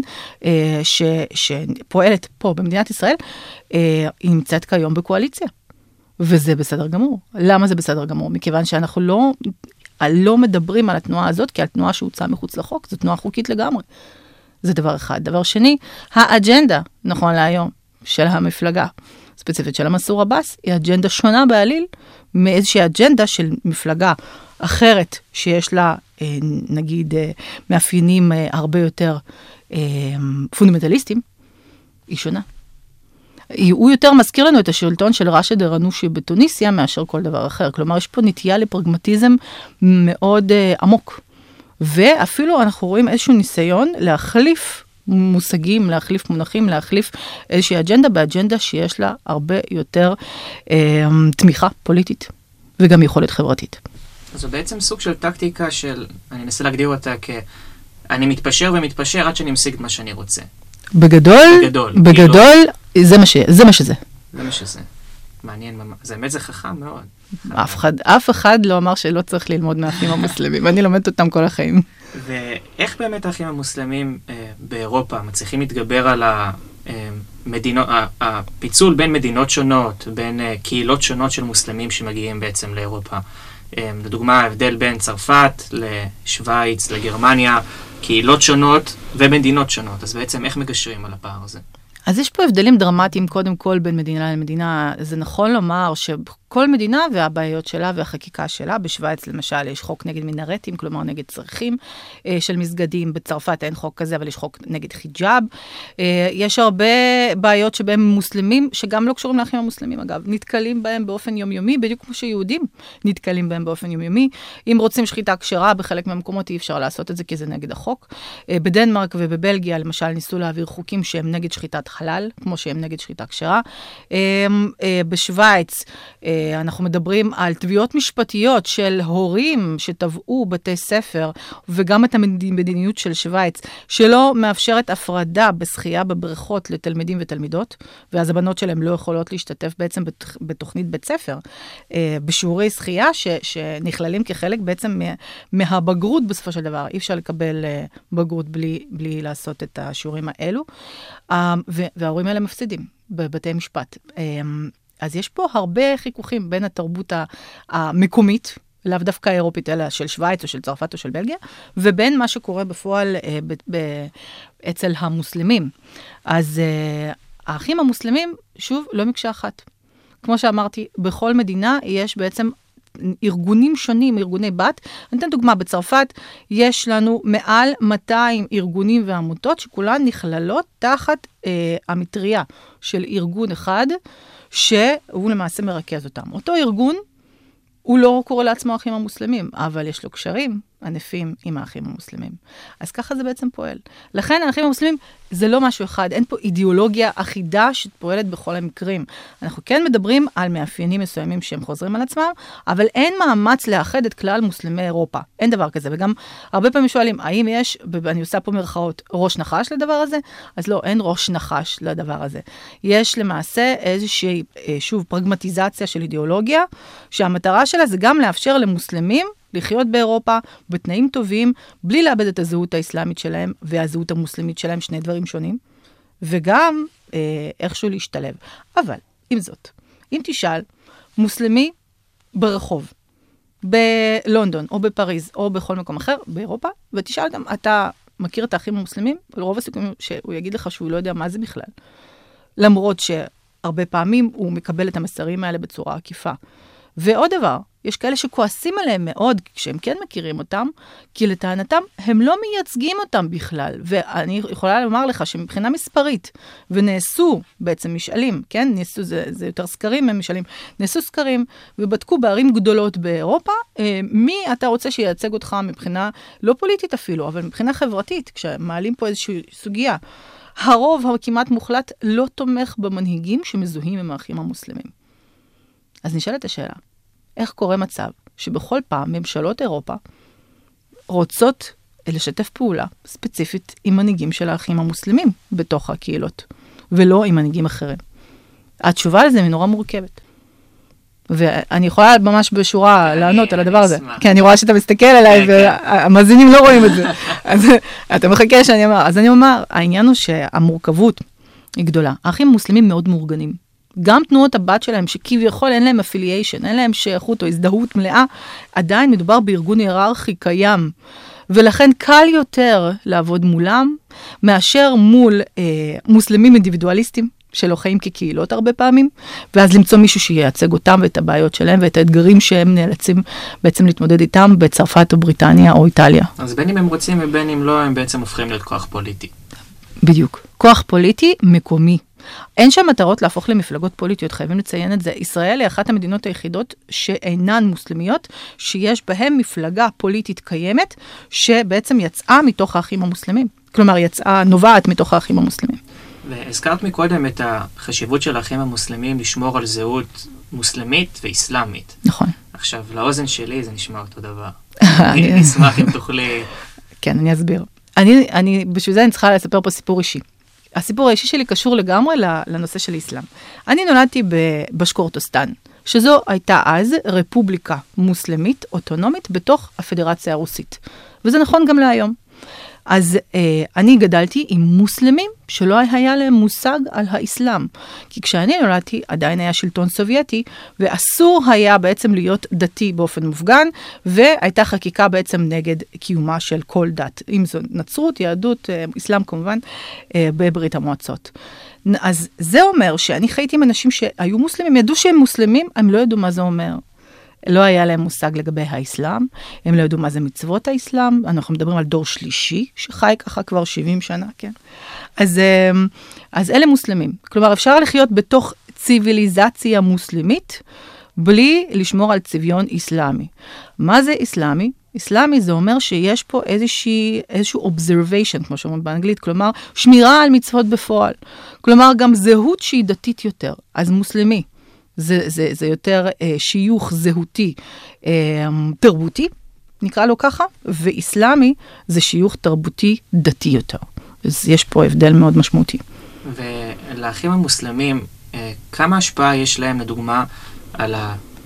שפועלת פה במדינת ישראל, היא נמצאת כיום בקואליציה. וזה בסדר גמור. למה זה בסדר גמור? מכיוון שאנחנו לא מדברים על התנועה הזאת, כי התנועה שהוצאה מחוץ לחוק, זו תנועה חוקית לגמרי. זה דבר אחד. דבר שני, האג'נדה, נכון להיום, של המפלגה, ספציפית של המנסור עבאס, היא אג'נדה שונה בעליל, מאיזושהי אג'נדה של מפלגה אחרת, שיש לה, נגיד, מאפיינים הרבה יותר פונדמנטליסטים, היא שונה. הוא יותר מזכיר לנו את השלטון של ראשד אל-ענושי בתוניסיה, מאשר כל דבר אחר. כלומר, יש פה נטייה לפרגמטיזם מאוד עמוק. ואפילו אנחנו רואים איזשהו ניסיון להחליף מושגים, להחליף מונחים, להחליף איזושהי אג'נדה, באג'נדה שיש לה הרבה יותר תמיכה פוליטית, וגם יכולת חברתית. אז זה בעצם סוג של טקטיקה של, אני אנסה להגדיר אותה אני מתפשר ומתפשר עד שאני משיג את מה שאני רוצה. בגדול, זה מה שזה. זה מה שזה. מעניין, זה באמת זה חכם מאוד. אף אחד לא אמר שלא צריך ללמוד מהאחים המוסלמים, אני לומדת אותם כל החיים. ואיך באמת האחים המוסלמים באירופה מצליחים להתגבר על הפיצול בין מדינות שונות, בין קהילות שונות של מוסלמים שמגיעים בעצם לאירופה? לדוגמה, ההבדל בין צרפת לשוויץ, לגרמניה, קהילות שונות ומדינות שונות. אז בעצם איך מגשרים על הפער הזה? אז יש פה הבדלים דרמטיים קודם כל בין מדינה למדינה. זה נכון לומר שכל מדינה והבעיות שלה והחקיקה שלה, בשוויץ למשל יש חוק נגד מנהרטים, כלומר נגד צריכים של מסגדים, בצרפת אין חוק כזה, אבל יש חוק נגד חיג'אב. יש הרבה בעיות שבהם מוסלמים, שגם לא קשורים לאחים המוסלמים אגב, נתקלים בהם באופן יומיומי, בדיוק כמו שיהודים נתקלים בהם באופן יומיומי. אם רוצים שחיטה כשרה, בחלק מהמקומות אי אפשר לעשות את זה, כי זה נגד החוק. בדנמרק ובבלגיה למשל ניסו להעביר חוקים שהם נגד שחיטת חלל, כמו שהם נגד שחיטה כשרה. בשוויץ אנחנו מדברים על תביעות משפטיות של הורים שטבעו בתי ספר, וגם את המדיניות של שוויץ, שלא מאפשרת הפרדה בשחייה בבריכות לתלמידים ותלמידות, ואז הבנות שלהם לא יכולות להשתתף בעצם בתוכנית בית ספר, בשיעורי שחייה שנכללים כחלק בעצם מהבגרות בסופו של דבר. אי אפשר לקבל בגרות בלי לעשות את השיעורים האלו. וההורים האלה מפסידים בבתי משפט. אז יש פה הרבה חיכוכים בין התרבות המקומית, לאו דווקא האירופית, אלא של שוויץ או של צרפת או של בלגיה, ובין מה שקורה בפועל אצל המוסלמים. אז האחים המוסלמים, שוב, לא מקשה אחת. כמו שאמרתי, בכל מדינה יש בעצם ארגונים שונים, ארגוני בת. אני אתן דוגמה, בצרפת יש לנו מעל 200 ארגונים ועמותות שכולן נכללות תחת המטריה של ארגון אחד, שהוא למעשה מרכז אותם. אותו ארגון, הוא לא קורא לעצמו האחים המוסלמים, אבל יש לו קשרים ענפים עם האחים המוסלמים. אז ככה זה בעצם פועל. לכן האחים המוסלמים זה לא משהו אחד, אין פה אידיאולוגיה אחידה שפועלת בכל המקרים. אנחנו כן מדברים על מאפיינים מסוימים שהם חוזרים על עצמם, אבל אין מאמץ לאחד את כלל מוסלמי אירופה. אין דבר כזה, וגם הרבה פעמים שואלים, האם יש, ואני עושה פה מרכאות, ראש נחש לדבר הזה? אז לא, אין ראש נחש לדבר הזה. יש למעשה איזושהי, שוב, פרגמטיזציה של אידיאולוגיה, שהמטרה שלה זה גם לאפשר למוסלמים לחיות באירופה בתנאים טובים, בלי לאבד את הזהות האסלאמית שלהם והזהות המוסלמית שלהם, שני דברים שונים, וגם איכשהו להשתלב. אבל, עם זאת, אם תשאל מוסלמי ברחוב, בלונדון או בפריז או בכל מקום אחר באירופה, ותשאל גם, אתה מכיר את האחים המוסלמים? לרוב הסיכויים שהוא יגיד לך שהוא לא יודע מה זה בכלל. למרות שהרבה פעמים הוא מקבל את המסרים האלה בצורה עקיפה. ועוד דבר, יש כאלה שכועסים עליהם מאוד כשהם כן מכירים אותם, כי לטענתם הם לא מייצגים אותם בכלל. ואני יכולה לומר לך שמבחינה מספרית, ונעשו בעצם משאלים, כן? נעשו, זה יותר סקרים הם משאלים, נעשו סקרים ובדקו בערים גדולות באירופה, מי אתה רוצה שייצג אותך מבחינה, לא פוליטית אפילו, אבל מבחינה חברתית, כשמעלים פה איזושהי סוגיה, הרוב הכמעט מוחלט לא תומך במנהיגים שמזוהים עם האחים המוסלמים. אז נשאלת השאלה, איך קורה מצב שבכל פעם ממשלות אירופה רוצות לשתף פעולה ספציפית עם מנהיגים של האחים המוסלמים בתוך הקהילות, ולא עם מנהיגים אחרים? התשובה לזה היא נורא מורכבת. ואני יכולה ממש בשורה לענות על הדבר הזה. כי אני רואה שאתה מסתכל עליי, והמאזינים לא רואים את זה. אז אתה מחכה שאני אומר. אז אני אומר, העניין הוא שהמורכבות היא גדולה. האחים המוסלמים מאוד מאורגנים. גם תנועות הבת שלהם, שכביכול אין להם אפיליישן, אין להם שייכות או הזדהות מלאה, עדיין מדובר בארגון היררכי קיים. ולכן קל יותר לעבוד מולם, מאשר מול מוסלמים אינדיבידואליסטים, שלא חיים כקהילות הרבה פעמים, ואז למצוא מישהו שייצג אותם ואת הבעיות שלהם, ואת האתגרים שהם נאלצים בעצם להתמודד איתם בצרפת או בריטניה או איטליה. אז בין אם הם רוצים ובין אם לא, הם בעצם הופכים להיות כוח פוליטי. בדיוק. כוח פוליטי מקומי. אין שם מטרות להפוך למפלגות פוליטיות, חייבים לציין את זה. ישראל היא אחת המדינות היחידות שאינן מוסלמיות, שיש בהן מפלגה פוליטית קיימת, שבעצם יצאה מתוך האחים המוסלמים. כלומר, נובעת מתוך האחים המוסלמים. והזכרת מקודם את החשיבות של האחים המוסלמים לשמור על זהות מוסלמית ואסלאמית. נכון. עכשיו, לאוזן שלי זה נשמע אותו דבר. אני אשמח אם תוכלי... כן, אני אסביר. בשביל זה אני צריכה לספר פה סיפור אישי. הסיפור האישי שלי קשור לגמרי לנושא של האסלאם. אני נולדתי בבשקורטוסטן, שזו הייתה אז רפובליקה מוסלמית אוטונומית בתוך הפדרציה הרוסית. וזה נכון גם להיום. אז אני גדלתי עם מוסלמים שלא היה להם מושג על האסלאם. כי כשאני נולדתי עדיין היה שלטון סובייטי, ואסור היה בעצם להיות דתי באופן מופגן, והייתה חקיקה בעצם נגד קיומה של כל דת. אם זו נצרות, יהדות, אסלאם כמובן, בברית המועצות. אז זה אומר שאני חייתי עם אנשים שהיו מוסלמים, ידעו שהם מוסלמים, הם לא ידעו מה זה אומר. לא היה להם מושג לגבי האסלאם, הם לא ידעו מה זה מצוות האסלאם, אנחנו מדברים על דור שלישי, שחי ככה כבר 70 שנה, כן? אז אלה מוסלמים. כלומר, אפשר לחיות בתוך ציוויליזציה מוסלמית, בלי לשמור על צביון אסלאמי. מה זה אסלאמי? אסלאמי זה אומר שיש פה איזשהו observation, כמו שאומרים באנגלית, כלומר, שמירה על מצוות בפועל. כלומר, גם זהות שהיא דתית יותר, אז מוסלמי. זה יותר שיוך זהותי תרבותי, נקרא לו ככה, ואסלאמי זה שיוך תרבותי דתי יותר. אז יש פה הבדל מאוד משמעותי. ולאחים המוסלמים, כמה השפעה יש להם, לדוגמה, על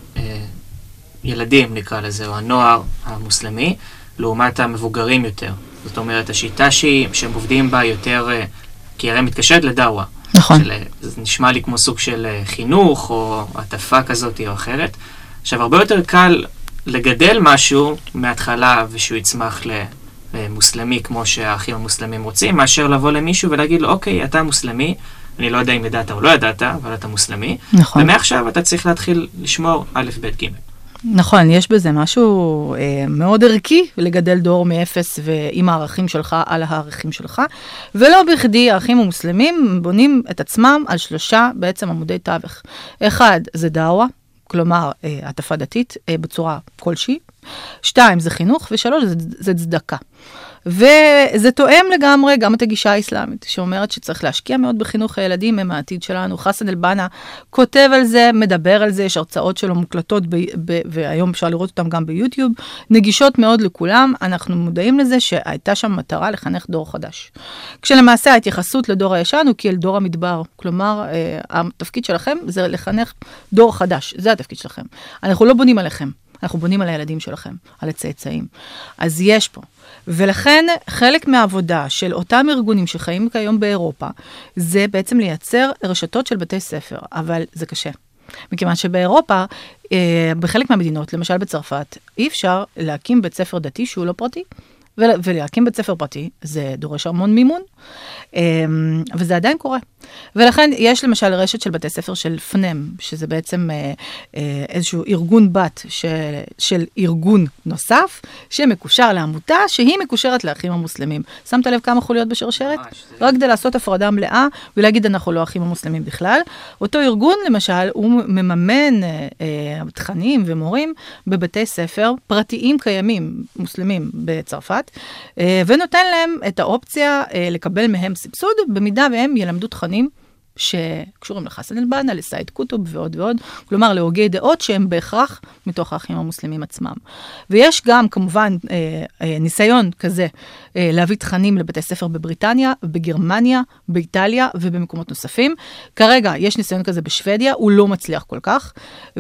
הילדים, נקרא לזה, או הנוער המוסלמי, לעומת המבוגרים יותר? זאת אומרת, השיטה שהם עובדים בה יותר, כי הרי מתקשרת לדאווה. נכון. זה נשמע לי כמו סוג של חינוך או עטפה כזאת או אחרת. עכשיו, הרבה יותר קל לגדל משהו מההתחלה ושהוא יצמח למוסלמי כמו שהאחים המוסלמים רוצים, מאשר לבוא למישהו ולהגיד לו, אוקיי, אתה מוסלמי, אני לא יודע אם ידעת או לא ידעת, אבל אתה מוסלמי. נכון. ומעכשיו אתה צריך להתחיל לשמור א', ב', ג'. נכון, יש בזה משהו מאוד ערכי לגדל דור מאפס ועם הערכים שלך על הערכים שלך, ולא בכדי הערכים המוסלמים בונים את עצמם על 3 בעצם עמודי תווך. 1 זה דאווה, כלומר הטפה דתית בצורה כלשהי, 2 זה חינוך, ו3 זה צדקה. וזה תואם לגמרי גם את הגישה האסלאמית, שאומרת שצריך להשקיע מאוד בחינוך הילדים, הם העתיד שלנו. חסן אל-בנה כותב על זה, מדבר על זה, יש הרצאות שלו מוקלטות, והיום אפשר לראות אותם גם ביוטיוב, נגישות מאוד לכולם. אנחנו מודעים לזה שהייתה שם מטרה לחנך דור חדש. כשלמעשה ההתייחסות לדור הישן הוא כאל דור המדבר, כלומר, התפקיד שלכם זה לחנך דור חדש, זה התפקיד שלכם. אנחנו לא בונים עליכם. אנחנו בונים על הילדים שלכם, על הצאצאים. אז יש פה. ולכן חלק מהעבודה של אותם ארגונים שחיים כיום באירופה, זה בעצם לייצר רשתות של בתי ספר, אבל זה קשה. מכיוון שבאירופה, בחלק מהמדינות, למשל בצרפת, אי אפשר להקים בית ספר דתי שהוא לא פרטי, ולהקים בית ספר פרטי, זה דורש המון מימון, וזה עדיין קורה. ולכן יש למשל רשת של בתי ספר של פנם, שזה בעצם איזשהו ארגון בת של ארגון נוסף, שמקושר לעמותה, שהיא מקושרת לאחים המוסלמים. שמת לב כמה חוליות בשרשרת? רק כדי לעשות הפרדה מלאה, ולהגיד אנחנו לא אחים המוסלמים בכלל. אותו ארגון, למשל, הוא מממן תכנים ומורים בבתי ספר פרטיים קיימים, מוסלמים בצרפת, ונותן להם את האופציה לקבל מהם סבסוד, במידה והם ילמדו תכנים שקשורים לחסן אל-בנה, לסייד קוטוב ועוד ועוד, כלומר להוגי דעות שהם בהכרח מתוך האחים המוסלמים עצמם. ויש גם כמובן ניסיון כזה להביא תכנים לבתי ספר בבריטניה, בגרמניה, באיטליה ובמקומות נוספים. כרגע יש ניסיון כזה בשוודיה, הוא לא מצליח כל כך,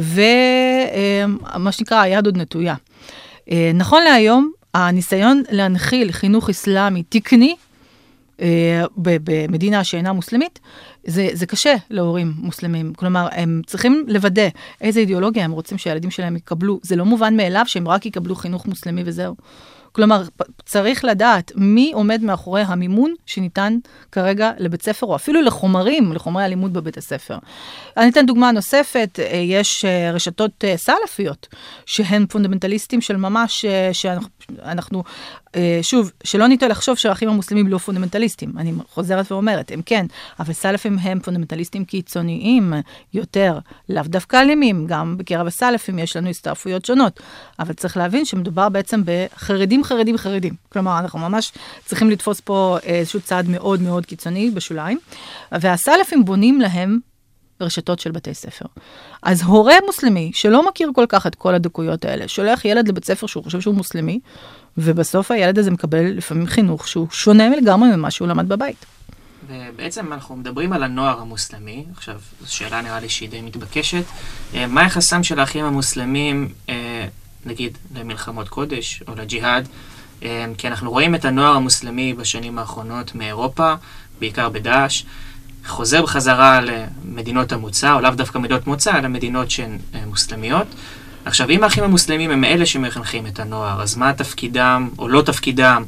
ומה שנקרא היד עוד נטויה. נכון להיום, הניסיון להנחיל חינוך אסלאמי תקני, במדינה שאינה מוסלמית, זה קשה להורים מוסלמים. כלומר, הם צריכים לוודא איזה אידיאולוגיה הם רוצים שהילדים שלהם יקבלו. זה לא מובן מאליו שהם רק יקבלו חינוך מוסלמי וזהו. כלומר, צריך לדעת מי עומד מאחורי המימון שניתן כרגע לבית ספר, או אפילו לחומרי הלימוד בבית הספר. אני אתן דוגמה נוספת, יש רשתות סלפיות, שהן פונדמנטליסטים של ממש, שאנחנו, שוב, שלא ניתן לחשוב שהאחים המוסלמים לא פונדמנטליסטים, אני חוזרת ואומרת, הם כן, אבל סלפים הם פונדמנטליסטים קיצוניים יותר, לאו דווקא אלימים, גם בקרב הסלפים יש לנו הסתעפויות שונות, אבל צריך להבין שמדובר בעצם בחרדים, חרדים. כלומר, אנחנו ממש צריכים לתפוס פה איזשהו צעד מאוד מאוד קיצוני בשוליים, והסלפים בונים להם רשתות של בתי ספר. אז הורה מוסלמי, שלא מכיר כל כך את כל הדקויות האלה, שולח ילד לבית ספר שהוא חושב שהוא מוסלמי, ובסוף הילד הזה מקבל לפעמים חינוך שהוא שונה לגמרי ממה שהוא למד בבית. ובעצם אנחנו מדברים על הנוער המוסלמי, עכשיו, זו שאלה נראה לי שהיא די מתבקשת. מה היחסם של האחים המוסלמים, נגיד, למלחמות קודש או לג'יהאד? כי אנחנו רואים את הנוער המוסלמי בשנים האחרונות מאירופה, בעיקר בדאעש, חוזר בחזרה למדינות המוצא, או לאו דווקא מדינות מוצא, אלא מדינות שהן מוסלמיות. עכשיו, אם האחים המוסלמים הם אלה שמחנכים את הנוער, אז מה תפקידם או לא תפקידם?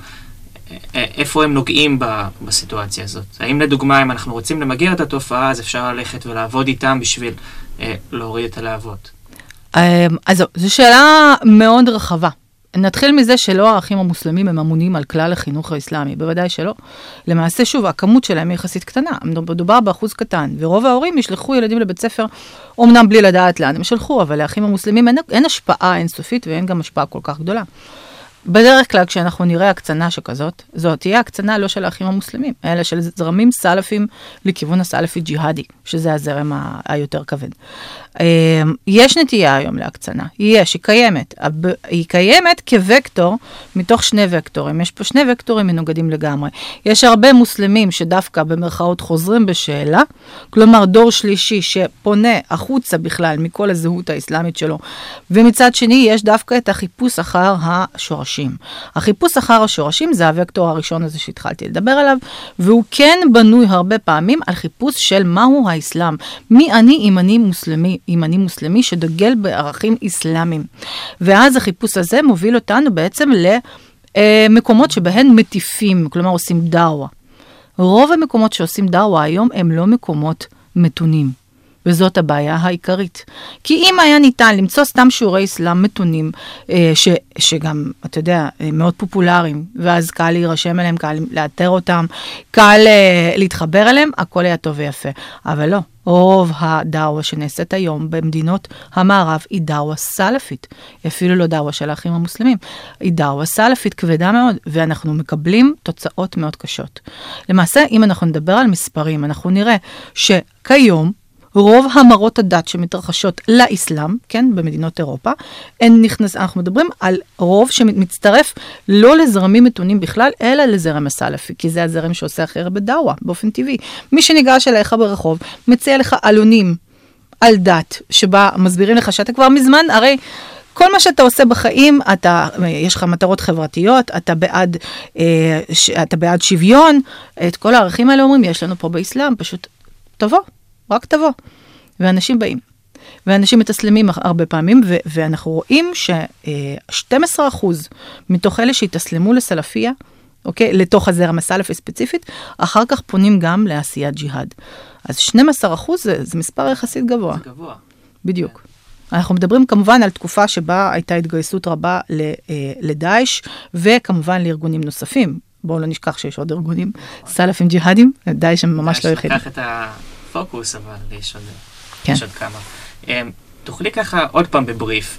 איפה הם נוגעים בסיטואציה הזאת? האם לדוגמה, אם אנחנו רוצים למגר את התופעה, אז אפשר ללכת ולעבוד איתם בשביל להוריד את הלהבות? אז זו שאלה מאוד רחבה. נתחיל מזה שלא האחים המוסלמים הם אמונים על כלל החינוך האסלאמי, בוודאי שלא. למעשה, שוב, הכמות שלהם היא יחסית קטנה, מדובר באחוז קטן, ורוב ההורים ישלחו ילדים לבית ספר, אומנם בלי לדעת לאן הם שלחו, אבל לאחים המוסלמים אין השפעה אינסופית, ואין גם השפעה כל כך גדולה. בדרך כלל, כשאנחנו נראה הקצנה שכזאת, זאת תהיה הקצנה לא של האחים המוסלמים, אלא של זרמים סלפים לכיוון הסלפי ג'יהאדי, שזה הזרם היותר כבד. יש נטייה היום להקצנה, היא קיימת. היא קיימת כווקטור מתוך 2 וקטורים. יש פה 2 וקטורים מנוגדים לגמרי. יש הרבה מוסלמים שדווקא במרכאות חוזרים בשאלה, כלומר דור שלישי שפונה החוצה בכלל מכל הזהות האסלאמית שלו, ומצד שני יש דווקא את החיפוש אחר השורשים. החיפוש אחר השורשים זה הוקטור הראשון הזה שהתחלתי לדבר עליו, והוא כן בנוי הרבה פעמים על חיפוש של מהו האסלאם. מי אני אם אני מוסלמי שדגל בערכים אסלאמיים. ואז החיפוש הזה מוביל אותנו בעצם למקומות שבהן מטיפים, כלומר עושים דאווה. רוב המקומות שעושים דעווה היום הם לא מקומות מתונים. וזאת הבעיה העיקרית. כי אם היה ניתן למצוא סתם שיעורי אסלאם מתונים, שגם, אתה יודע, מאוד פופולריים, ואז קל להירשם אליהם, קל לאתר אותם, קל להתחבר אליהם, הכל היה טוב ויפה. אבל לא. רוב הדעווה שנעשית היום במדינות המערב היא דעווה סלפית. אפילו לא דעווה של האחים המוסלמים. היא דעווה סלפית כבדה מאוד, ואנחנו מקבלים תוצאות מאוד קשות. למעשה, אם אנחנו נדבר על מספרים, אנחנו נראה שכיום, רוב המרות הדת שמתרחשות לאסלאם, כן, במדינות אירופה, אנחנו מדברים על רוב שמצטרף לא לזרמים מתונים בכלל, אלא לזרם הסלפי, כי זה הזרם שעושה הכי הרבה דעווה, באופן טבעי. מי שניגש אליך ברחוב, מציע לך עלונים על דת, שבה מסבירים לך שאתה כבר מזמן, הרי כל מה שאתה עושה בחיים, יש לך מטרות חברתיות, אתה בעד שוויון, את כל הערכים האלה אומרים, יש לנו פה באסלאם, פשוט תבוא. רק תבוא. ואנשים באים. ואנשים מתסלמים הרבה פעמים, ואנחנו רואים ש12% מתוך אלה שהתסלמו לסלפיה, אוקיי? לתוך הזרם הסלפי ספציפית, אחר כך פונים גם לעשיית ג'יהאד. אז 12% זה מספר יחסית גבוה. זה גבוה. בדיוק. אנחנו מדברים כמובן על תקופה שבה הייתה התגייסות רבה לדאעש, וכמובן לארגונים נוספים. בואו לא נשכח שיש עוד ארגונים סלפים ג'יהאדים, דאעש הם ממש לא יחידים. לקח את הפוקוס, אבל יש עוד כמה. תוכלי ככה עוד פעם בבריף,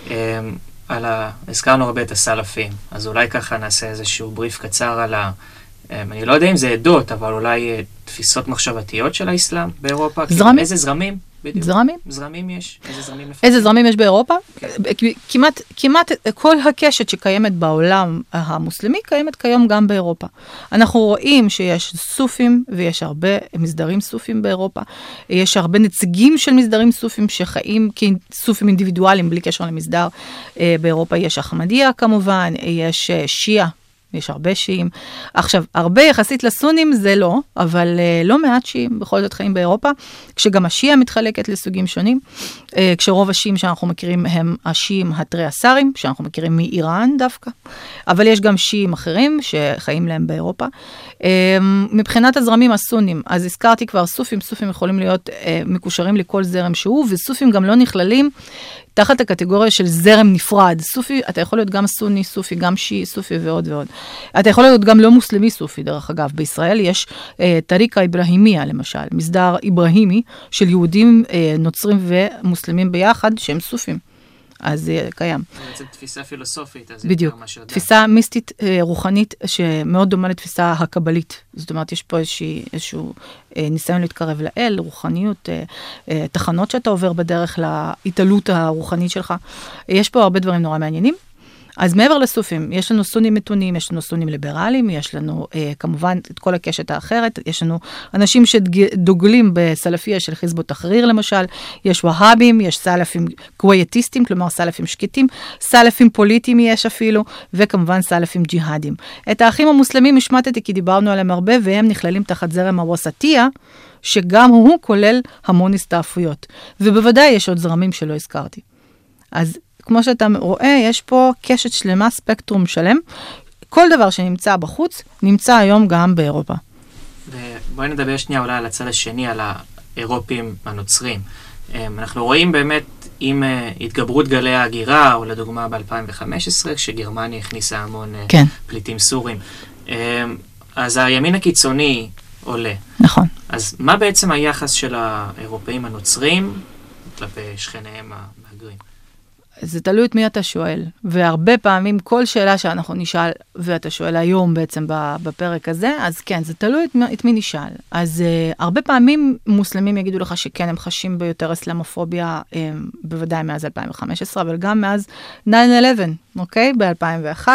הזכרנו הרבה את הסלפים, אז אולי ככה נעשה איזשהו בריף קצר על אני לא יודע אם זה עדות, אבל אולי תפיסות מחשבתיות של האסלאם באירופה. זרמים. איזה זרמים? בדיוק. זרמים? זרמים יש? איזה זרמים לפעמים? איזה זרמים יש באירופה? כמעט כל הקשת שקיימת בעולם המוסלמי, קיימת כיום גם באירופה. אנחנו רואים שיש סופים, ויש הרבה מסדרים סופים באירופה. יש הרבה נציגים של מסדרים סופים שחיים כסופים אינדיבידואליים, בלי קשר למסדר. באירופה יש אחמדיה כמובן, יש שיעה. יש הרבה שיעים. עכשיו, הרבה יחסית לסונים זה לא, אבל לא מעט שיעים בכל זאת חיים באירופה, כשגם השיעה מתחלקת לסוגים שונים, כשרוב השיעים שאנחנו מכירים הם השיעים הטריאסרים, שאנחנו מכירים מאיראן דווקא, אבל יש גם שיעים אחרים שחיים להם באירופה. מבחינת הזרמים הסונים, אז הזכרתי כבר סופים יכולים להיות מקושרים לכל זרם שהוא, וסופים גם לא נכללים תחת הקטגוריה של זרם נפרד. סופי, אתה יכול להיות גם סוני סופי, גם שיעי סופי ועוד ועוד. אתה יכול להיות גם לא מוסלמי סופי, דרך אגב. בישראל יש טריקה אברהימיה, למשל, מסדר אברהימי של יהודים, נוצרים ומוסלמים ביחד, שהם סופים. אז זה קיים. זה תפיסה פילוסופית. בדיוק. תפיסה מיסטית רוחנית שמאוד דומה לתפיסה הקבלית. זאת אומרת, יש פה איזשהו ניסיון להתקרב לאל, רוחניות, תחנות שאתה עובר בדרך להתעלות הרוחנית שלך. יש פה הרבה דברים נורא מעניינים. אז מעבר לסופים, יש לנו סונים מתונים, יש לנו סונים ליברליים, יש לנו כמובן את כל הקשת האחרת, יש לנו אנשים שדוגלים בסלפיה של חיזבאללה תחריר למשל, יש והאבים, יש סלפים קווייטיסטים, כלומר סלפים שקטים, סלפים פוליטיים יש אפילו, וכמובן סלפים ג'יהאדים. את האחים המוסלמים השמטתי כי דיברנו עליהם הרבה, והם נכללים תחת זרם הווסטיה, שגם הוא כולל המון הסתעפויות. ובוודאי יש עוד זרמים שלא הזכרתי. אז כמו שאתה רואה, יש פה קשת שלמה, ספקטרום שלם. כל דבר שנמצא בחוץ, נמצא היום גם באירופה. ובואי נדבר שנייה אולי על הצד השני, על האירופים הנוצרים. אנחנו רואים באמת עם התגברות גלי ההגירה, או לדוגמה ב-2015, כשגרמניה הכניסה המון פליטים סורים. אז הימין הקיצוני עולה. נכון. אז מה בעצם היחס של האירופאים הנוצרים כלפי שכניהם המהגרים? זה תלוי את מי אתה שואל, והרבה פעמים כל שאלה שאנחנו נשאל, ואתה שואל היום בעצם בפרק הזה, אז כן, זה תלוי את מי נשאל. אז הרבה פעמים מוסלמים יגידו לך שכן, הם חשים ביותר אסלאמופוביה, בוודאי מאז 2015, אבל גם מאז 9/11, אוקיי? ב-2001.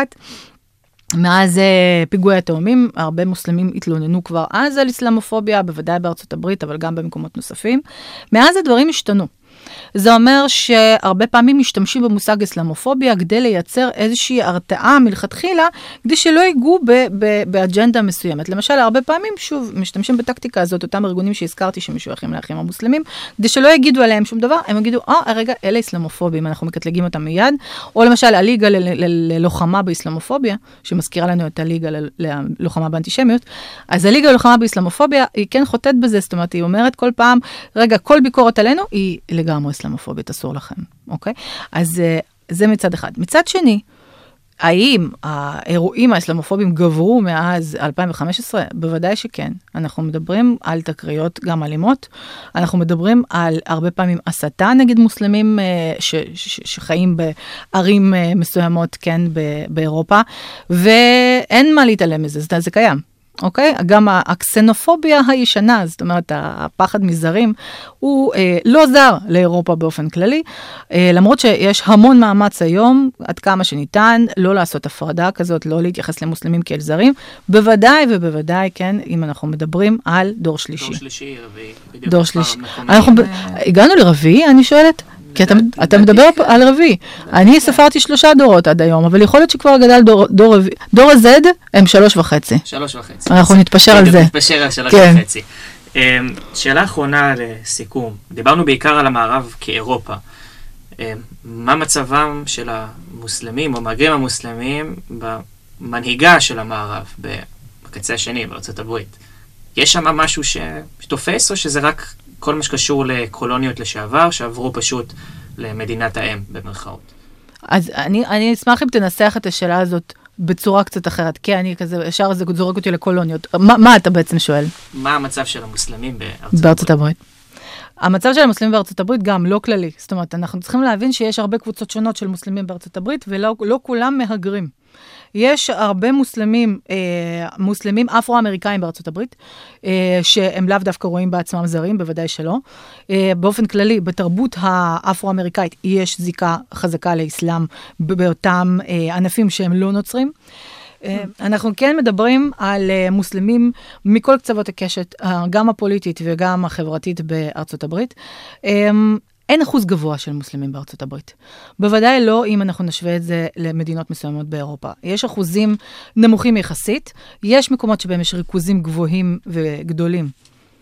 מאז פיגועי התאומים, הרבה מוסלמים התלוננו כבר אז על אסלאמופוביה, בוודאי בארצות הברית, אבל גם במקומות נוספים. מאז הדברים השתנו. זה אומר שהרבה פעמים משתמשים במושג אסלאמופוביה כדי לייצר איזושהי הרתעה מלכתחילה, כדי שלא ייגעו באג'נדה מסוימת. למשל, הרבה פעמים, שוב, משתמשים בטקטיקה הזאת, אותם ארגונים שהזכרתי שמשוייכים לאחים המוסלמים, כדי שלא יגידו עליהם שום דבר, הם יגידו, רגע, אלה אסלאמופובים, אנחנו מקטלגים אותם מיד. או למשל, הליגה ללוחמה באסלאמופוביה, שמזכירה לנו את הליגה ללוחמה באנטישמיות, אז הליגה ללוחמה באסלאמופוביה, היא כן חוטאת בזה, זאת אומרת, היא אומרת כל פעם, רגע, כל ביקורת עלינו היא לגמרי אסלאמופובית, אסור לכם, אוקיי? אז זה מצד אחד. מצד שני, האם האירועים האסלאמופובים גברו מאז 2015? בוודאי שכן. אנחנו מדברים על תקריות גם אלימות, אנחנו מדברים על הרבה פעמים הסתה נגד מוסלמים שחיים בערים מסוימות, כן, באירופה, ואין מה להתעלם מזה, זה קיים. אוקיי? גם הקסנופוביה הישנה, זאת אומרת, הפחד מזרים, הוא לא זר לאירופה באופן כללי, למרות שיש המון מאמץ היום, עד כמה שניתן, לא לעשות הפרדה כזאת, לא להתייחס למוסלמים כאל זרים, בוודאי ובוודאי, כן, אם אנחנו מדברים על דור שלישי. דור שלישי, רביעי. דור שלישי. הגענו לרביעי, אני שואלת? כי אתה מדבר על רביעי. אני ספרתי 3 דורות עד היום, אבל יכול להיות שכבר גדל דור רביעי. דור ה-Z הם 3.5. 3.5. אנחנו נתפשר על זה. נתפשר על 3.5. שאלה אחרונה לסיכום. דיברנו בעיקר על המערב כאירופה. מה מצבם של המוסלמים או מהגרים המוסלמים במנהיגה של המערב, בקצה השני, בארצות הברית? יש שם משהו שתופס, או שזה רק כל מה שקשור לקולוניות לשעבר, שעברו פשוט למדינת האם, במרכאות? אז אני אשמח אם תנסח את השאלה הזאת בצורה קצת אחרת, כי אני כזה, ישר זה זורק אותי לקולוניות. מה אתה בעצם שואל? מה המצב של המוסלמים בארצות הברית? המצב של המוסלמים בארצות הברית גם לא כללי. זאת אומרת, אנחנו צריכים להבין שיש הרבה קבוצות שונות של מוסלמים בארצות הברית, ולא כולם מהגרים. יש הרבה מוסלמים אפרו-אמריקאים בארצות הברית, שהם לאו דווקא רואים בעצמם זרים, בוודאי שלא. באופן כללי, בתרבות האפרו-אמריקאית יש זיקה חזקה לאסלאם באותם ענפים שהם לא נוצרים. אנחנו כן מדברים על מוסלמים מכל קצוות הקשת, גם הפוליטית וגם החברתית בארצות הברית. אין אחוז גבוה של מוסלמים בארצות הברית. בוודאי לא אם אנחנו נשווה את זה למדינות מסוימות באירופה. יש אחוזים נמוכים יחסית, יש מקומות שבהם יש ריכוזים גבוהים וגדולים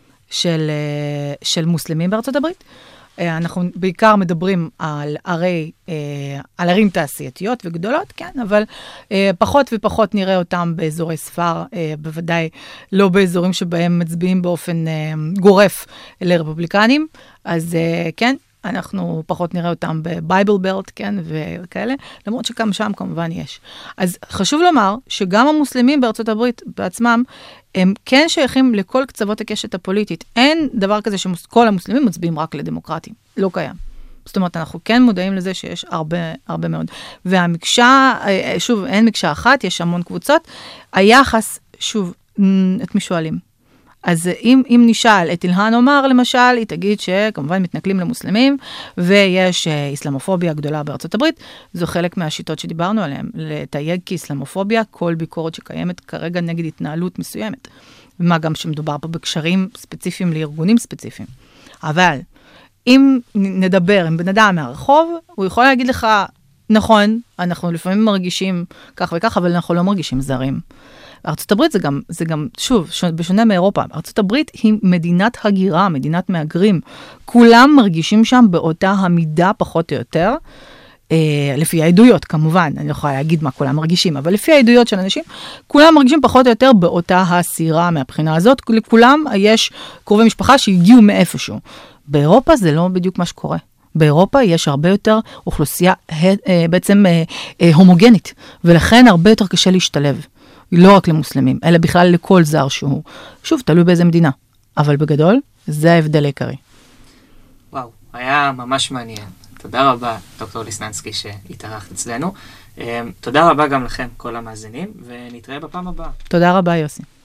של מוסלמים בארצות הברית. אנחנו בעיקר מדברים על ערים תעשייתיות וגדולות, כן, אבל פחות ופחות נראה אותם באזורי ספר, בוודאי לא באזורים שבהם מצביעים באופן גורף לרפובליקנים, אז כן, אנחנו פחות נראה אותם בבייבל בלט, כן, וכאלה, למרות שגם שם כמובן יש. אז חשוב לומר שגם המוסלמים בארצות הברית בעצמם, הם כן שייכים לכל קצוות הקשת הפוליטית. אין דבר כזה שכל המוסלמים מצביעים רק לדמוקרטים. לא קיים. זאת אומרת, אנחנו כן מודעים לזה שיש הרבה מאוד. והמקשה, שוב, אין מקשה אחת, יש המון קבוצות. היחס, שוב, את מי שואלים. אז אם נשאל את אילהן עומר, למשל, היא תגיד שכמובן מתנכלים למוסלמים, ויש אסלאמופוביה גדולה בארצות הברית, זו חלק מהשיטות שדיברנו עליהן, לתייג כאסלאמופוביה, כל ביקורת שקיימת כרגע נגד התנהלות מסוימת. ומה גם שמדובר פה בקשרים ספציפיים לארגונים ספציפיים. אבל אם נדבר עם בן אדם מהרחוב, הוא יכול להגיד לך, נכון, אנחנו לפעמים מרגישים כך וכך, אבל אנחנו לא מרגישים זרים. ארצות הברית זה גם, שוב, בשונה מאירופה, ארצות הברית היא מדינת הגירה, מדינת מהגרים. כולם מרגישים שם באותה המידה פחות או יותר, לפי העדויות כמובן, אני לא יכולה להגיד מה כולם מרגישים, אבל לפי העדויות של אנשים, כולם מרגישים פחות או יותר באותה הסירה מהבחינה הזאת, לכולם יש קרובי משפחה שהגיעו מאיפשהו. באירופה זה לא בדיוק מה שקורה. באירופה יש הרבה יותר אוכלוסייה בעצם הומוגנית, ולכן הרבה יותר קשה להשתלב. לא רק למוסלמים, אלא בכלל לכל זר שהוא. שוב, תלוי באיזה מדינה. אבל בגדול, זה ההבדל העיקרי. וואו, היה ממש מעניין. תודה רבה, דוקטור ליסננסקי, שהתארחת אצלנו. תודה רבה גם לכם, כל המאזינים, ונתראה בפעם הבאה. תודה רבה, יוסי.